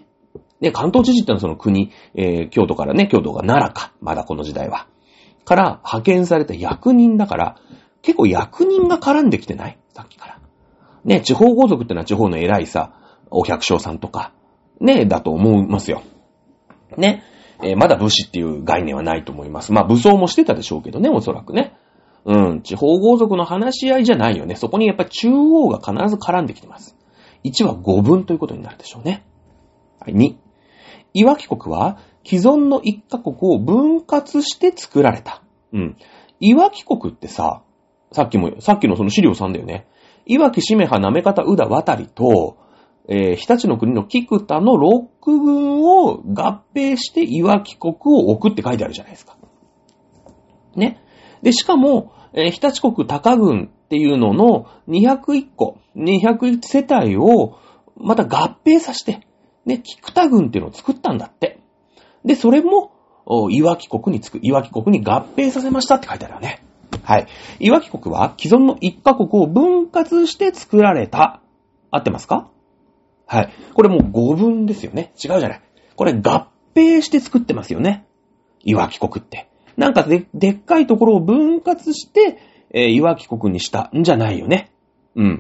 ね、関東知事ってのはその国、えー、京都からね、京都が奈良か、まだこの時代は。から派遣された役人だから、結構役人が絡んできてないさっきから。ね、地方豪族ってのは地方の偉いさ、お百姓さんとか、ね、だと思いますよ。ね。えー、まだ武士っていう概念はないと思います。まあ武装もしてたでしょうけどね、おそらくね。うん。地方豪族の話し合いじゃないよね。そこにやっぱり中央が必ず絡んできてます。いちはごぶんということになるでしょうね。はい。に。いわき国は既存の一カ国を分割して作られた。うん。いわき国ってさ、さっきも、さっきのその資料さんだよね。いわき、しめは、なめかた、うだ、わたりと、えー、日立の国の菊田のろくぐんを合併していわき国を置くって書いてあるじゃないですか。ね。で、しかも、えー、日立国高郡っていうののにひゃくいっこ、にひゃくいち世帯をまた合併させて、ね、菊田郡っていうのを作ったんだって。で、それも、いわき国につく、いわき国に合併させましたって書いてあるよね。はい。いわき国は既存の一カ国を分割して作られた。合ってますか？はい。これもうごぶんですよね。違うじゃない。これ合併して作ってますよね。いわき国って。なんかで、でっかいところを分割して、えー、いわき国にしたんじゃないよね。うん。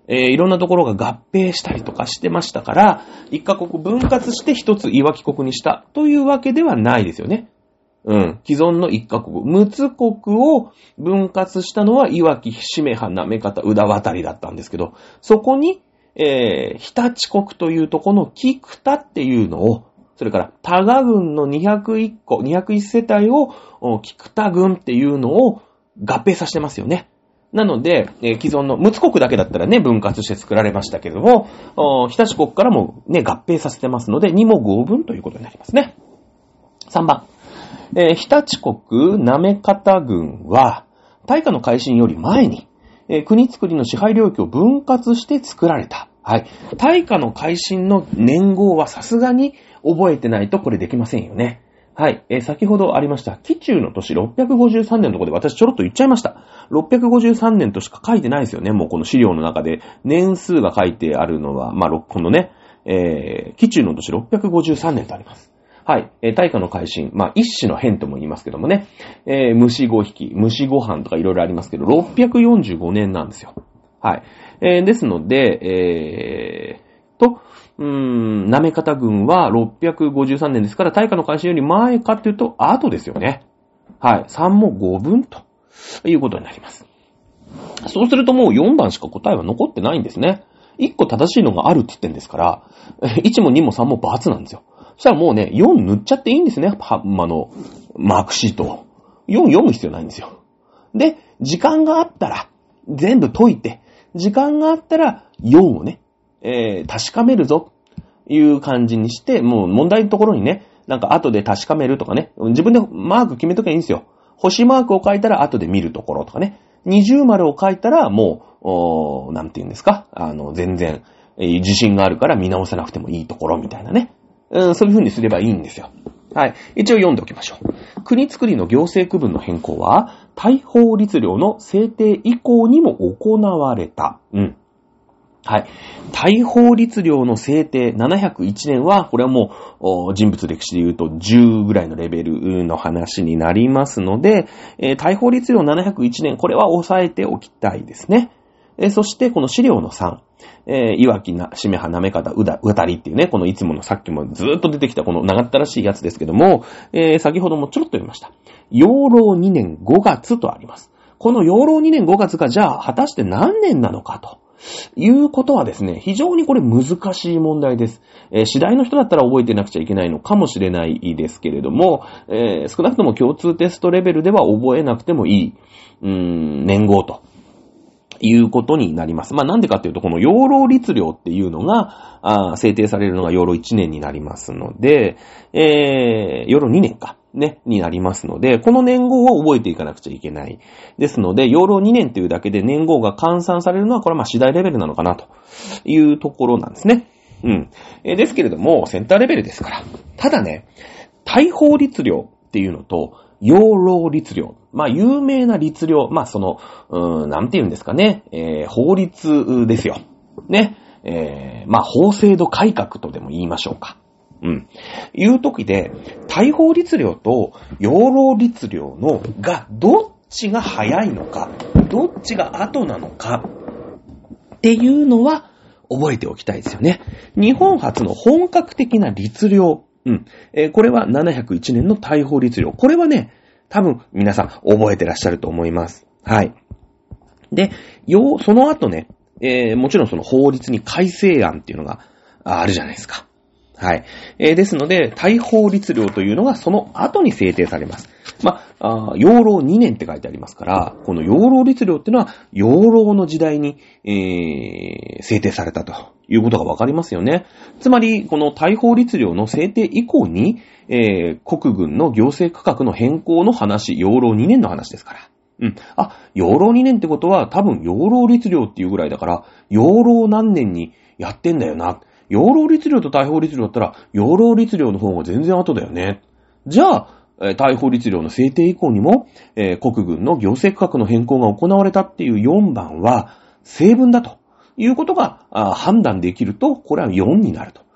えー、いろんなところが合併したりとかしてましたから、一カ国分割して一ついわき国にしたというわけではないですよね。うん。既存の一カ国、陸奥国を分割したのはいわき、姫羽、行方、宇田渡りだったんですけど、そこに、えー、日立国というところの菊田っていうのを、それから多賀郡のにひゃくいっこ、にひゃくいち世帯を菊田郡っていうのを合併させてますよね。なので、えー、既存の陸奥国だけだったらね、分割して作られましたけれども、日立国からもね、合併させてますので、にも合分ということになりますね。さんばん。えー、日立国行方郡は、大化の改新より前に、えー、国造りの支配領域を分割して作られた。はい。大化の改新の年号はさすがに覚えてないとこれできませんよね。はい。えー、先ほどありました、紀中の年ろっぴゃくごじゅうさんねんのところで私ちょろっと言っちゃいました。ろっぴゃくごじゅうさんねんとしか書いてないですよね。もうこの資料の中で年数が書いてあるのは、まあ、このね、えー、紀中の年ろっぴゃくごじゅうさんねんとあります。はい。えー、大化の改新。まあ、一種の変とも言いますけどもね。えー、虫ごひき、虫ご飯とかいろいろありますけど、ろっぴゃくよんじゅうごねんなんですよ。はい。えー、ですので、えー、と、うーん、行方郡はろっぴゃくごじゅうさんねんですから、大化の改新より前かっていうと、後ですよね。はい。さんもごぶんということになります。そうするともうよんばんしか答えは残ってないんですね。いっこ正しいのがあるって言ってんですから、いちもにもさんも×なんですよ。そしたらもうね、よん塗っちゃっていいんですね。は、あの、マークシートを。よん読む必要ないんですよ。で、時間があったら、全部解いて、時間があったらよんをね、えー、確かめるぞ、という感じにして、もう問題のところにね、なんか後で確かめるとかね、自分でマーク決めときゃいいんですよ。星マークを書いたら後で見るところとかね、二重丸を書いたらもう、おー、なんて言うんですか、あの、全然、えー、自信があるから見直さなくてもいいところみたいなね。うん、そういう風にすればいいんですよ。はい。一応読んでおきましょう。国造りの行政区分の変更は、大法律令の制定以降にも行われた。うん。はい。大法律令の制定ななひゃくいちねんは、これはもう、人物歴史で言うとじゅうぐらいのレベルの話になりますので、えー、大法律令ななひゃくいちねん、これは押さえておきたいですね。えー、そして、この資料のさん。えー、いわきな、しめは、なめかた、うだ、うたりっていうね、このいつものさっきもずーっと出てきたこの長ったらしいやつですけども、えー、先ほどもちょろっと読みました。養老にねんごがつとあります。この養老にねんごがつがじゃあ果たして何年なのかということはですね、非常にこれ難しい問題です。えー、次第の人だったら覚えてなくちゃいけないのかもしれないですけれども、えー、少なくとも共通テストレベルでは覚えなくてもいい、うーん、年号と。いうことになります。まあなんでかっていうと、この養老律令っていうのが、あ制定されるのが養老いちねんになりますので、えー、養老にねんか、ね、になりますので、この年号を覚えていかなくちゃいけない。ですので、養老にねんというだけで年号が換算されるのは、これはまあ次第レベルなのかなというところなんですね。うん。えー、ですけれども、センターレベルですから。ただね、大法律令っていうのと、養老律令。まあ、有名な律令。まあ、その、うーん、なんて言うんですかね。えー、法律ですよ。ね。えー、まあ、法制度改革とでも言いましょうか。うん。いう時で、大法律令と養老律令のが、どっちが早いのか、どっちが後なのか、っていうのは、覚えておきたいですよね。日本初の本格的な律令。うん。えー、これはななひゃくいちねんの大法律令。これはね、多分皆さん覚えてらっしゃると思います。はい。で、よ、その後ね、えー、もちろんその法律に改正案っていうのがあるじゃないですか。はい。えー、ですので、大法律令というのがその後に制定されます。まあ、養老にねんって書いてありますから、この養老律令っていうのは養老の時代に、えー、制定されたということがわかりますよね。つまり、この大法律令の制定以降に、えー、国軍の行政区画の変更の話、養老にねんの話ですから。うん。あ、養老にねんってことは多分養老律令っていうぐらいだから、養老何年にやってんだよな。養老律令と大法律令だったら、養老律令の方が全然後だよね。じゃあ、大法律令の制定以降にも、えー、国軍の行政区画の変更が行われたっていうよんばんは、正文だということが判断できると、これはよんになると。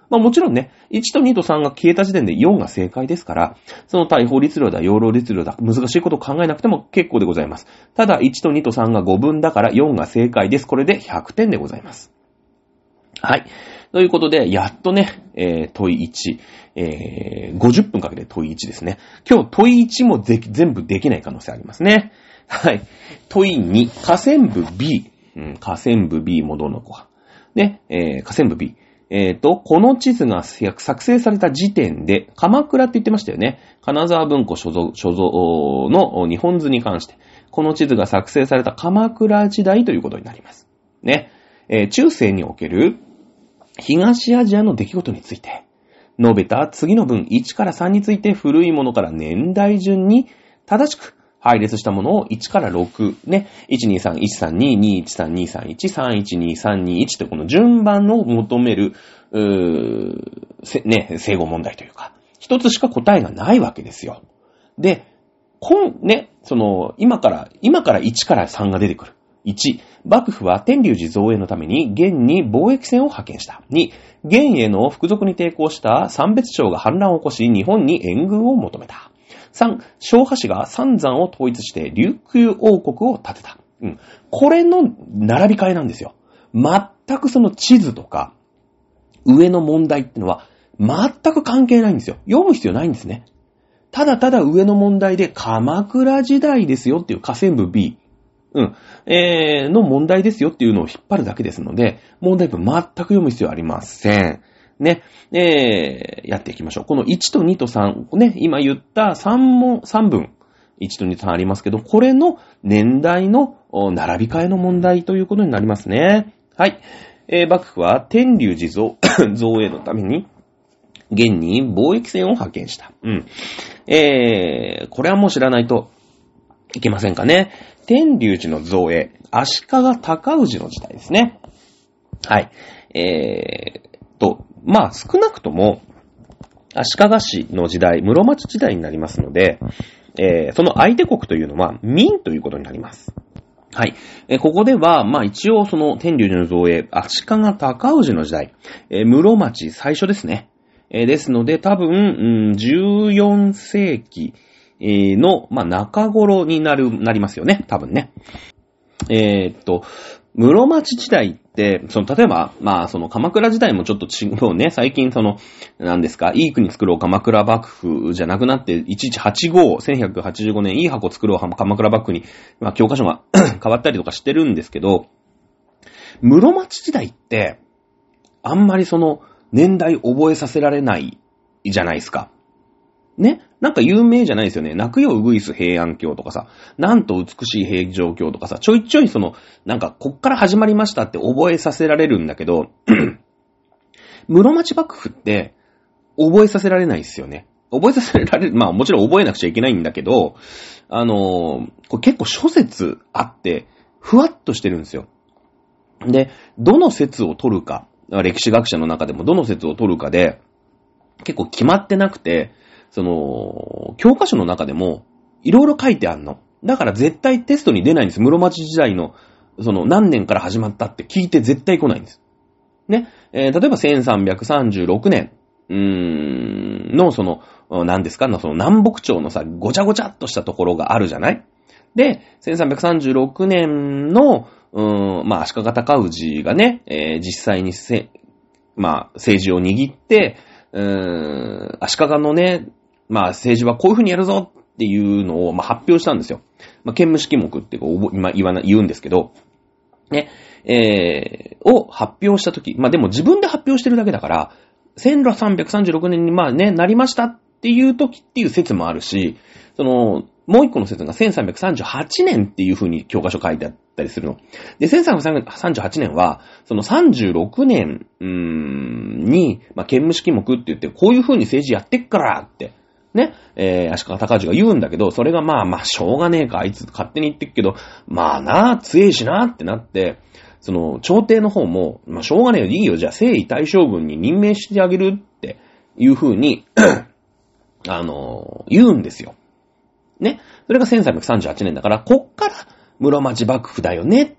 まあもちろんね、いちとにとさんが消えた時点でよんが正解ですから、その大法律量だ、陽量律量だ、難しいことを考えなくても結構でございます。ただ、いちとにとさんがごぶんだからよんが正解です。これでひゃくてんでございます。はい。ということで、やっとね、えー、問いいち、えー、ごじゅっぷんかけて問いいちですね。今日問いいちもぜ全部できない可能性ありますね。はい。問いに、下線部 B。うん、下線部 B もどの子か。ね、えー、下線部 B。えっと、この地図が作成された時点で、鎌倉って言ってましたよね。金沢文庫所蔵、所蔵の日本図に関して、この地図が作成された鎌倉時代ということになります。ね。えー、中世における東アジアの出来事について、述べた次の文いちからさんについて古いものから年代順に正しく配列したものをいちからろく、ね、いちにさんいちさんににいちさんにさんいちさんいちにさんにいちとこの順番を求める、うーね、正誤問題というか、一つしか答えがないわけですよ。で、こん、ね、その、今から、今からいちからさんが出てくる。いち、幕府は天龍寺造営のために元に貿易船を派遣した。に、元への服属に抵抗した三別朝が反乱を起こし日本に援軍を求めた。さん、昭和氏が三山を統一して琉球王国を建てた。うん。これの並び替えなんですよ。全くその地図とか上の問題ってのは全く関係ないんですよ。読む必要ないんですね。ただただ上の問題で鎌倉時代ですよっていう下線部 B。うん。えー、の問題ですよっていうのを引っ張るだけですので、問題文全く読む必要ありません。ね。えー、やっていきましょう。このいちとにとさん、ね、今言ったさん問、さんぶん、いちとにとさんありますけど、これの年代の並び替えの問題ということになりますね。はい。えー、幕府は天龍寺造、造営のために、元に貿易船を派遣した。うん。えー、これはもう知らないといけませんかね。天龍寺の造営、足利尊氏の時代ですね。はい。えーと、まあ少なくとも、足利氏の時代、室町時代になりますので、えー、その相手国というのは明ということになります。はい。えー、ここでは、まあ一応その天龍寺の造営、足利尊氏の時代、えー、室町最初ですね。えー、ですので多分、うん、じゅうよんせいきの、まあ中頃になる、なりますよね。多分ね。えー、っと、室町時代って、その、例えば、まあ、その、鎌倉時代もちょっと違うね、最近その、何ですか、いい国作ろう鎌倉幕府じゃなくなって、いちいちはちご、せんひゃくはちじゅうごねん、いい箱作ろう鎌倉幕府に、まあ、教科書が変わったりとかしてるんですけど、室町時代って、あんまりその、年代覚えさせられないじゃないですか。ね、なんか有名じゃないですよね。泣くよウグイス平安京とかさ、なんと美しい平城京とかさ、ちょいちょいその、なんかこっから始まりましたって覚えさせられるんだけど、室町幕府って覚えさせられないですよね。覚えさせられる、まあもちろん覚えなくちゃいけないんだけど、あのー、これ結構諸説あって、ふわっとしてるんですよ。で、どの説を取るか、歴史学者の中でもどの説を取るかで、結構決まってなくて、その、教科書の中でも、いろいろ書いてあんの。だから絶対テストに出ないんです。室町時代の、その、何年から始まったって聞いて絶対来ないんです。ね。えー、例えばせんさんびゃくさんじゅうろくねん、うーん、の、その、何ですかの、その南北朝のさ、ごちゃごちゃっとしたところがあるじゃない？で、せんさんびゃくさんじゅうろくねんの、うーん、まあ、足利尊氏がね、えー、実際にせ、まあ、政治を握って、うーん、足利のね、まあ政治はこういう風にやるぞっていうのを、まあ、発表したんですよ。まあ、兼務式目って今言わな、言うんですけど、ね、えー、を発表したとき、まあでも自分で発表してるだけだから、せんさんびゃくさんじゅうろくねんにまあね、なりましたっていうときっていう説もあるし、その、もう一個の説がせんさんびゃくさんじゅうはちねんっていう風に教科書書いてあったりするの。で、せんさんびゃくさんじゅうはちねんは、そのさんじゅうろくねん、うーん、に、まあ、兼務式目って言って、こういう風に政治やってっからって、ね、えー、足利尊氏が言うんだけど、それがまあまあ、しょうがねえか、あいつ勝手に言ってっけど、まあな、強えしなってなって、その、朝廷の方も、まあしょうがねえよ、いいよ、じゃあ征夷大将軍に任命してあげるっていう風に、あのー、言うんですよ。ね。それがせんさんびゃくさんじゅうはちねんだから、こっから室町幕府だよねっ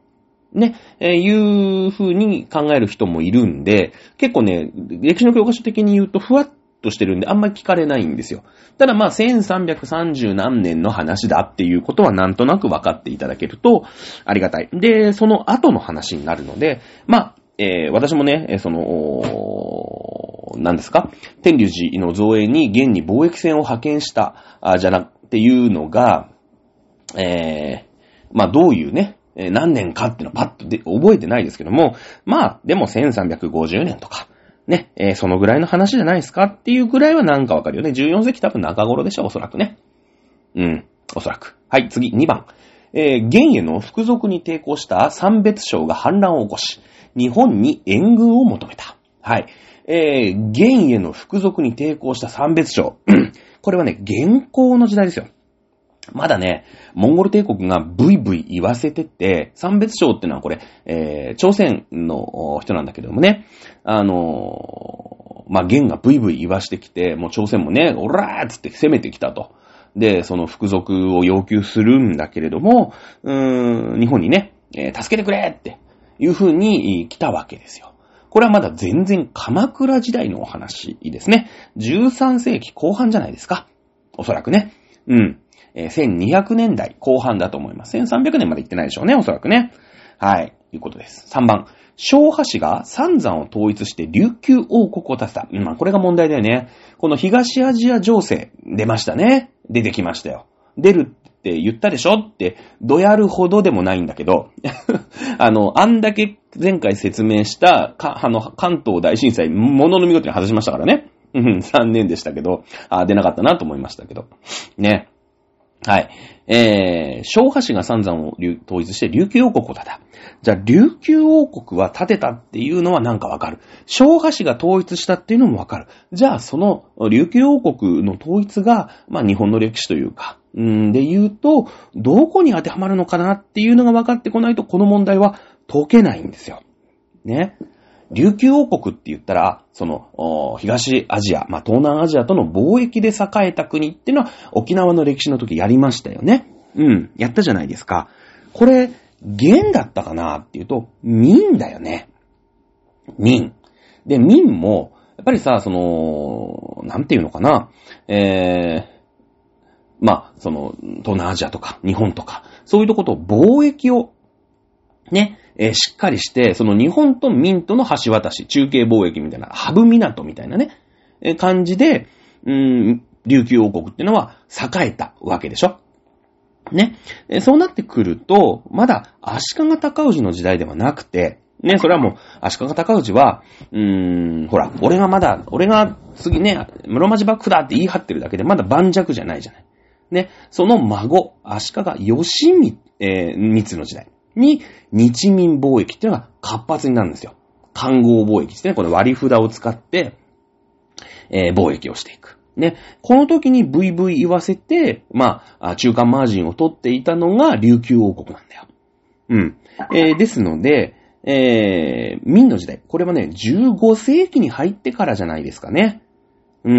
ね、えー、いう風に考える人もいるんで、結構ね、歴史の教科書的に言うとふわっとしてるんであんまり聞かれないんですよ。ただまあせんさんびゃくさんじゅう何年の話だっていうことはなんとなく分かっていただけるとありがたい。で、その後の話になるので、まあ、えー、私もね、その、何ですか？天龍寺の造営に現に貿易船を派遣した、あじゃなっていうのが、えー、まあどういうね、何年かっていうのはパッとで覚えてないですけども、まあ、でもせんさんびゃくごじゅうねんとか、ね、えー、そのぐらいの話じゃないですかっていうぐらいはなんかわかるよね。じゅうよん世紀多分中頃でしょ、おそらくね。うん、おそらく。はい、次、にばん。えー、元への服属に抵抗した三別省が反乱を起こし、日本に援軍を求めた。はい。えー、元への服属に抵抗した三別省。これはね、現行の時代ですよ。まだね、モンゴル帝国がブイブイ言わせてて、三別省っていうのはこれ、えー、朝鮮の人なんだけどもね、あのー、まあ、元がブイブイ言わしてきて、もう朝鮮もね、オラーっつって攻めてきたと。で、その服属を要求するんだけれども、うーん、日本にね、えー、助けてくれっていう風に来たわけですよ。これはまだ全然鎌倉時代のお話ですね。じゅうさん世紀後半じゃないですか。おそらくね。うん。せんにひゃくねんだいこう半だと思います。せんさんびゃくねんまで行ってないでしょうね、おそらくね。はい、いうことです。さんばん。昭和氏が三山を統一して琉球王国を建てた。まあ、これが問題だよね。この東アジア情勢、出ましたね。出てきましたよ。出るって言ったでしょって、どやるほどでもないんだけど、あの、あんだけ前回説明した、か、あの、関東大震災、ものの見事に外しましたからね。うん、残念でしたけど、あ、出なかったなと思いましたけど。ね。はい。えー、昭和氏が三山を統一して琉球王国を建てた。じゃあ、琉球王国は建てたっていうのはなんかわかる。昭和氏が統一したっていうのもわかる。じゃあ、その琉球王国の統一が、まあ日本の歴史というか、んで言うと、どこに当てはまるのかなっていうのが分かってこないと、この問題は解けないんですよ。ね。琉球王国って言ったら、その、東アジア、まあ、東南アジアとの貿易で栄えた国っていうのは、沖縄の歴史の時やりましたよね。うん、やったじゃないですか。これ、元だったかなっていうと、明だよね。明。で、明も、やっぱりさ、その、なんていうのかな、えー、まあ、その、東南アジアとか、日本とか、そういうとこと貿易を、ね、えー、しっかりして、その日本と明との橋渡し、中継貿易みたいな、ハブ港みたいなね、えー、感じで、うーん、琉球王国っていうのは栄えたわけでしょ。ね。えー、そうなってくると、まだ足利尊氏の時代ではなくて、ね、それはもう、足利尊氏は、うーん、ほら、俺がまだ、俺が次ね、室町幕府だって言い張ってるだけで、まだ盤石じゃないじゃない。ね、その孫、足利義満、えー、光の時代に日民貿易っていうのが活発になるんですよ。環合貿易ですね。この割り札を使って、えー、貿易をしていく。ね、この時にブイブイ言わせて、まあ、中間マージンを取っていたのが琉球王国なんだよ。うん。えー、ですので、えー、明の時代。これはね、じゅうご世紀に入ってからじゃないですかね。うん。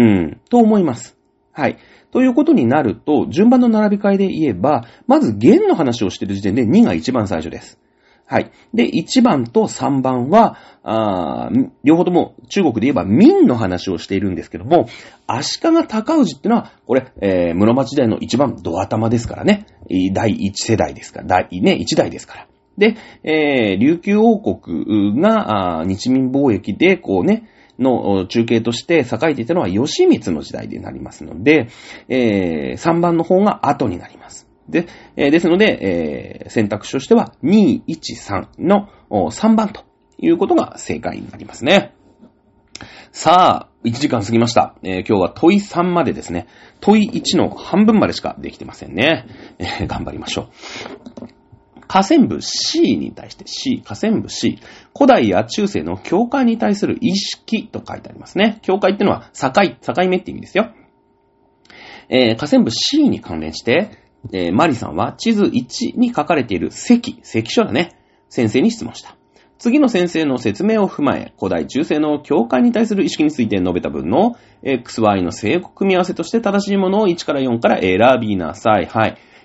と思います。はい。ということになると、順番の並び替えで言えば、まず元の話をしている時点でにが一番最初です。はい。で、いちばんとさんばんは、あ両方とも中国で言えば明の話をしているんですけども、足利尊氏ってのは、これ、えー、室町時代の一番ド頭ですからね。第一世代ですから、第ね、一代ですから。で、えー、琉球王国が、日民貿易で、こうね、の中継として栄えていたのは義満の時代でなりますので、えー、さんばんの方が後になります。で、えー、ですので、えー、選択肢としてはにいちさんのさんばんということが正解になりますね。さあ、いちじかん過ぎました。えー、今日は問いさんまでですね。問いいちの半分までしかできてませんね。えー、頑張りましょう。下線部 C に対して C、下線部 C、古代や中世の境界に対する意識と書いてありますね。境界ってのは境、境目って意味ですよ。えー、下線部 C に関連して、えー、マリさんは地図いちに書かれている関、関所だね。先生に質問した。次の先生の説明を踏まえ、古代中世の境界に対する意識について述べた分の エックスワイ の正組み合わせとして正しいものをいちからよんから選びなさい。はい。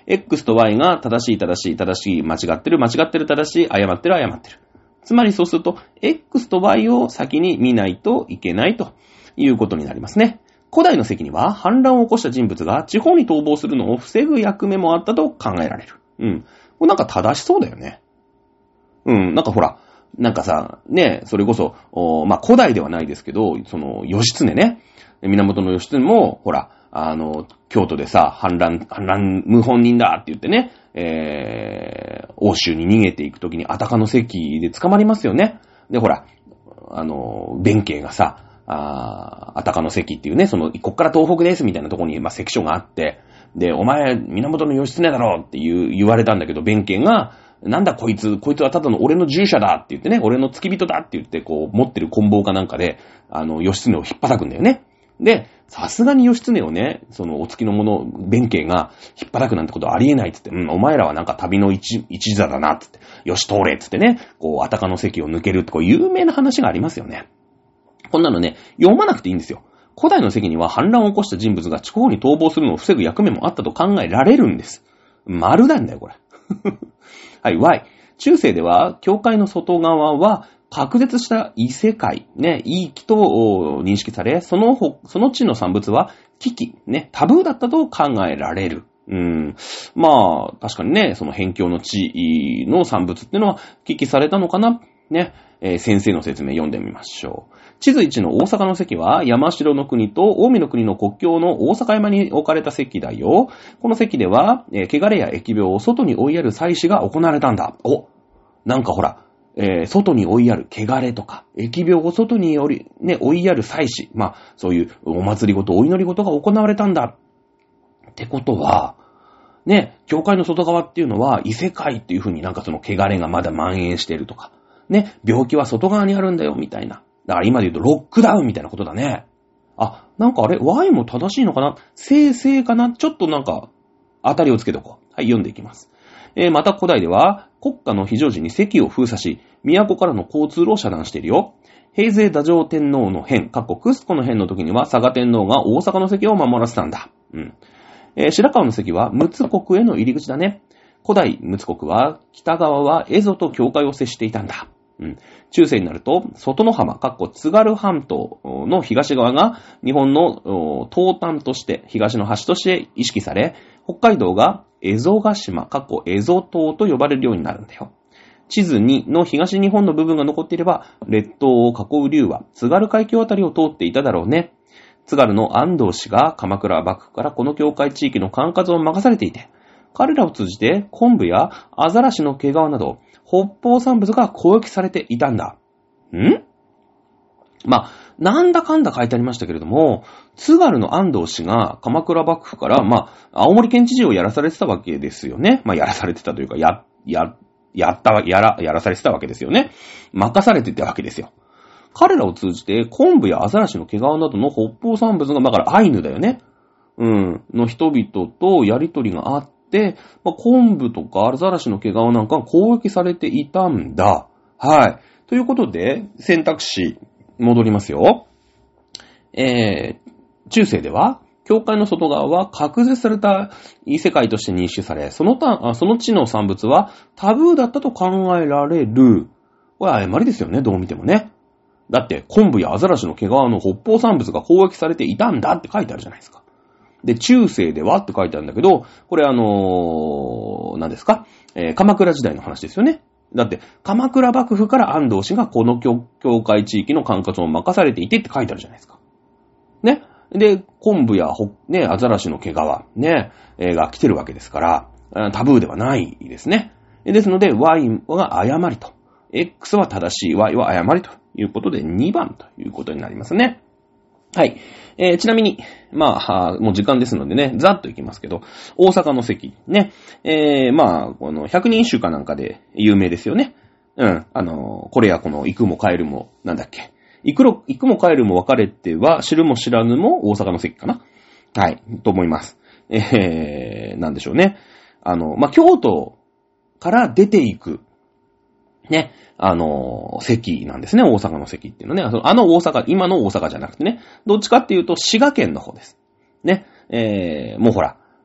X と Y が正しい正しい正しい間違ってる間違ってる正しい誤ってる誤ってる。つまりそうすると X と Y を先に見ないといけないということになりますね。古代の関には反乱を起こした人物が地方に逃亡するのを防ぐ役目もあったと考えられる。うん。これなんか正しそうだよね。うん。なんかほら、なんかさ、ね、それこそ、まあ、古代ではないですけど、その、義経ね。源義経も、ほら、あの、京都でさ、反乱、反乱謀反人だって言ってね、えー、欧州に逃げていくときに、あたかの関で捕まりますよね。で、ほら、あの、弁慶がさ、ああたかの関っていうね、その、こっから東北ですみたいなところに、まあ、関所があって、で、お前、源義経だろって言う、言われたんだけど、弁慶が、なんだこいつ、こいつはただの俺の従者だって言ってね、俺の付き人だって言って、こう、持ってる棍棒かなんかで、あの、義経を引っ叩くんだよね。で、さすがに義経をね、そのお付きの者、弁慶が引っ叩くなんてことはありえないって言って、うん、お前らはなんか旅の一、一座だなって言って、よし通れって言ってね、こう、あたかの関を抜けるって、こう、有名な話がありますよね。こんなのね、読まなくていいんですよ。古代の関には反乱を起こした人物が地方に逃亡するのを防ぐ役目もあったと考えられるんです。丸なんだよ、これ。はい、Y。中世では、教会の外側は、隔絶した異世界、ね、異域と認識され、そのほ、その地の産物は、危機、ね、タブーだったと考えられる。うん。まあ、確かにね、その辺境の地の産物っていうのは、危機されたのかなね、えー、先生の説明読んでみましょう。地図いちの大阪の関は、山城の国と近江の国の国境の大阪山に置かれた関だよ。この関では、えー、汚れや疫病を外に追いやる祭祀が行われたんだ。お、なんかほら、えー、外に追いやる汚れとか、疫病を外により、ね、追いやる祭祀。まあ、そういうお祭りごと、お祈りごとが行われたんだ。ってことは、ね、教会の外側っていうのは、異世界っていう風になんかその汚れがまだ蔓延しているとか、ね、病気は外側にあるんだよ、みたいな。だから今で言うとロックダウンみたいなことだね。あ、なんかあれ ?Y も正しいのかな正々かなちょっとなんか、当たりをつけとこう。はい、読んでいきます。えー、また古代では、国家の非常時に関を封鎖し、都からの交通路を遮断しているよ。平成太上天皇の変、かっこクスコの変の時には、佐賀天皇が大阪の関を守らせたんだ。うん。えー、白河の関は、陸奥国への入り口だね。古代陸奥国は、北側は蝦夷と境界を接していたんだ。うん、中世になると、外の浜、かっこ津軽半島の東側が日本の東端として、東の端として意識され、北海道が蝦夷ヶ島、かっこ蝦夷島と呼ばれるようになるんだよ。地図にの東日本の部分が残っていれば、列島を囲う竜は津軽海峡あたりを通っていただろうね。津軽の安藤氏が鎌倉幕府からこの境界地域の管轄を任されていて、彼らを通じて昆布やアザラシの毛皮など、北方産物が交易されていたんだ。ん?まあ、なんだかんだ書いてありましたけれども、津軽の安藤氏が鎌倉幕府から、まあ、青森県知事をやらされてたわけですよね。まあ、やらされてたというか、や、や、やったわ、やら、やらされてたわけですよね。任されてたわけですよ。彼らを通じて、昆布やアザラシの毛皮などの北方産物が、だからアイヌだよね。うん、の人々とやりとりがあって、で、まあ、昆布とかアザラシの毛皮なんかが交易されていたんだ。はい。ということで、選択肢、戻りますよ。えー、中世では、教会の外側は隔絶された異世界として認識され、そのた、その地の産物はタブーだったと考えられる。これ誤りですよね、どう見てもね。だって、昆布やアザラシの毛皮の北方産物が交易されていたんだって書いてあるじゃないですか。で、中世ではって書いてあるんだけど、これあのー、何ですか、えー、鎌倉時代の話ですよね。だって、鎌倉幕府から安藤氏がこの境界地域の管轄を任されていてって書いてあるじゃないですか。ね。で、昆布やほ、ね、アザラシの毛皮、ね、えー、が来てるわけですから、タブーではないですね。ですので、Y が誤りと、X は正しい、Y は誤りということでにばんということになりますね。はい。えー、ちなみに、まあ、もう時間ですのでね、ざっといきますけど、大阪の関、ね、えー、まあ、この百人一首かなんかで有名ですよね。うん、あの、これやこの、行くも帰るも、なんだっけ。行くろ、行くも帰るも別れては、知るも知らぬも大阪の関かな。はい、と思います。えー、なんでしょうね。あの、まあ、京都から出ていく、ね、あの、関なんですね、大阪の関っていうのね。あの大阪、今の大阪じゃなくてね、どっちかっていうと滋賀県の方です。ね、えー、もうほら、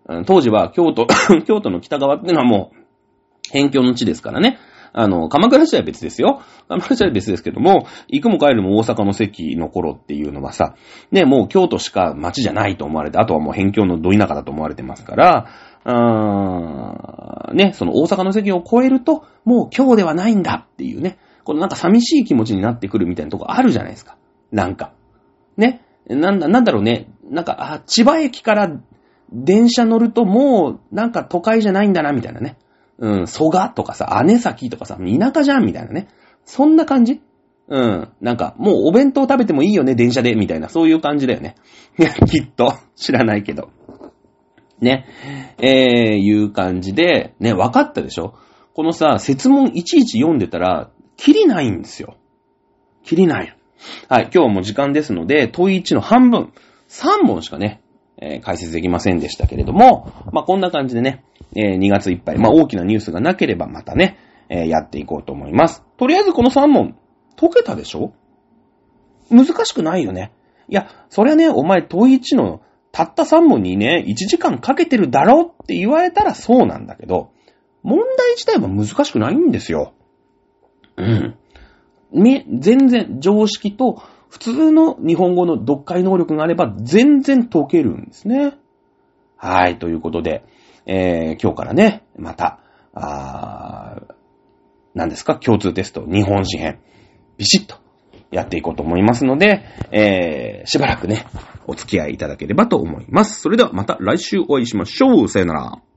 当時は京都、京都の北側っていうのはもう、辺境の地ですからね。あの、鎌倉時代は別ですよ。鎌倉時代は別ですけども、行くも帰るも大阪の関の頃っていうのはさ、ね、もう京都しか町じゃないと思われて、あとはもう辺境のど田舎だと思われてますから、あーね、その大阪の関を越えると、もう京ではないんだっていうね、このなんか寂しい気持ちになってくるみたいなとこあるじゃないですか。なんか。ね。なんだ、なんだろうね。なんか、あ、千葉駅から電車乗るともうなんか都会じゃないんだなみたいなね。うん、蘇我とかさ、姉崎とかさ、田舎じゃんみたいなね。そんな感じ？うん。なんか、もうお弁当食べてもいいよね、電車で、みたいな、そういう感じだよね。きっと。知らないけど。ね。えー、いう感じで、ね、分かったでしょ？このさ、説問いちいち読んでたら、きりないんですよ。きりない。はい、今日も時間ですので、問いいちの半分、さん問しかね、えー、解説できませんでしたけれども、まあ、こんな感じでね、えー、にがついっぱい、まあ、大きなニュースがなければまたね、えー、やっていこうと思います。とりあえずこのさん問、解けたでしょ？難しくないよね。いや、それはね、お前問いいちのたったさん問にね、いちじかんかけてるだろって言われたらそうなんだけど、問題自体は難しくないんですよ。うん。み、全然常識と普通の日本語の読解能力があれば全然解けるんですね。はい、ということで、えー、今日からね、また、あー、何ですか、共通テスト、日本史編、ビシッとやっていこうと思いますので、えー、しばらくね、お付き合いいただければと思います。それではまた来週お会いしましょう。さよなら。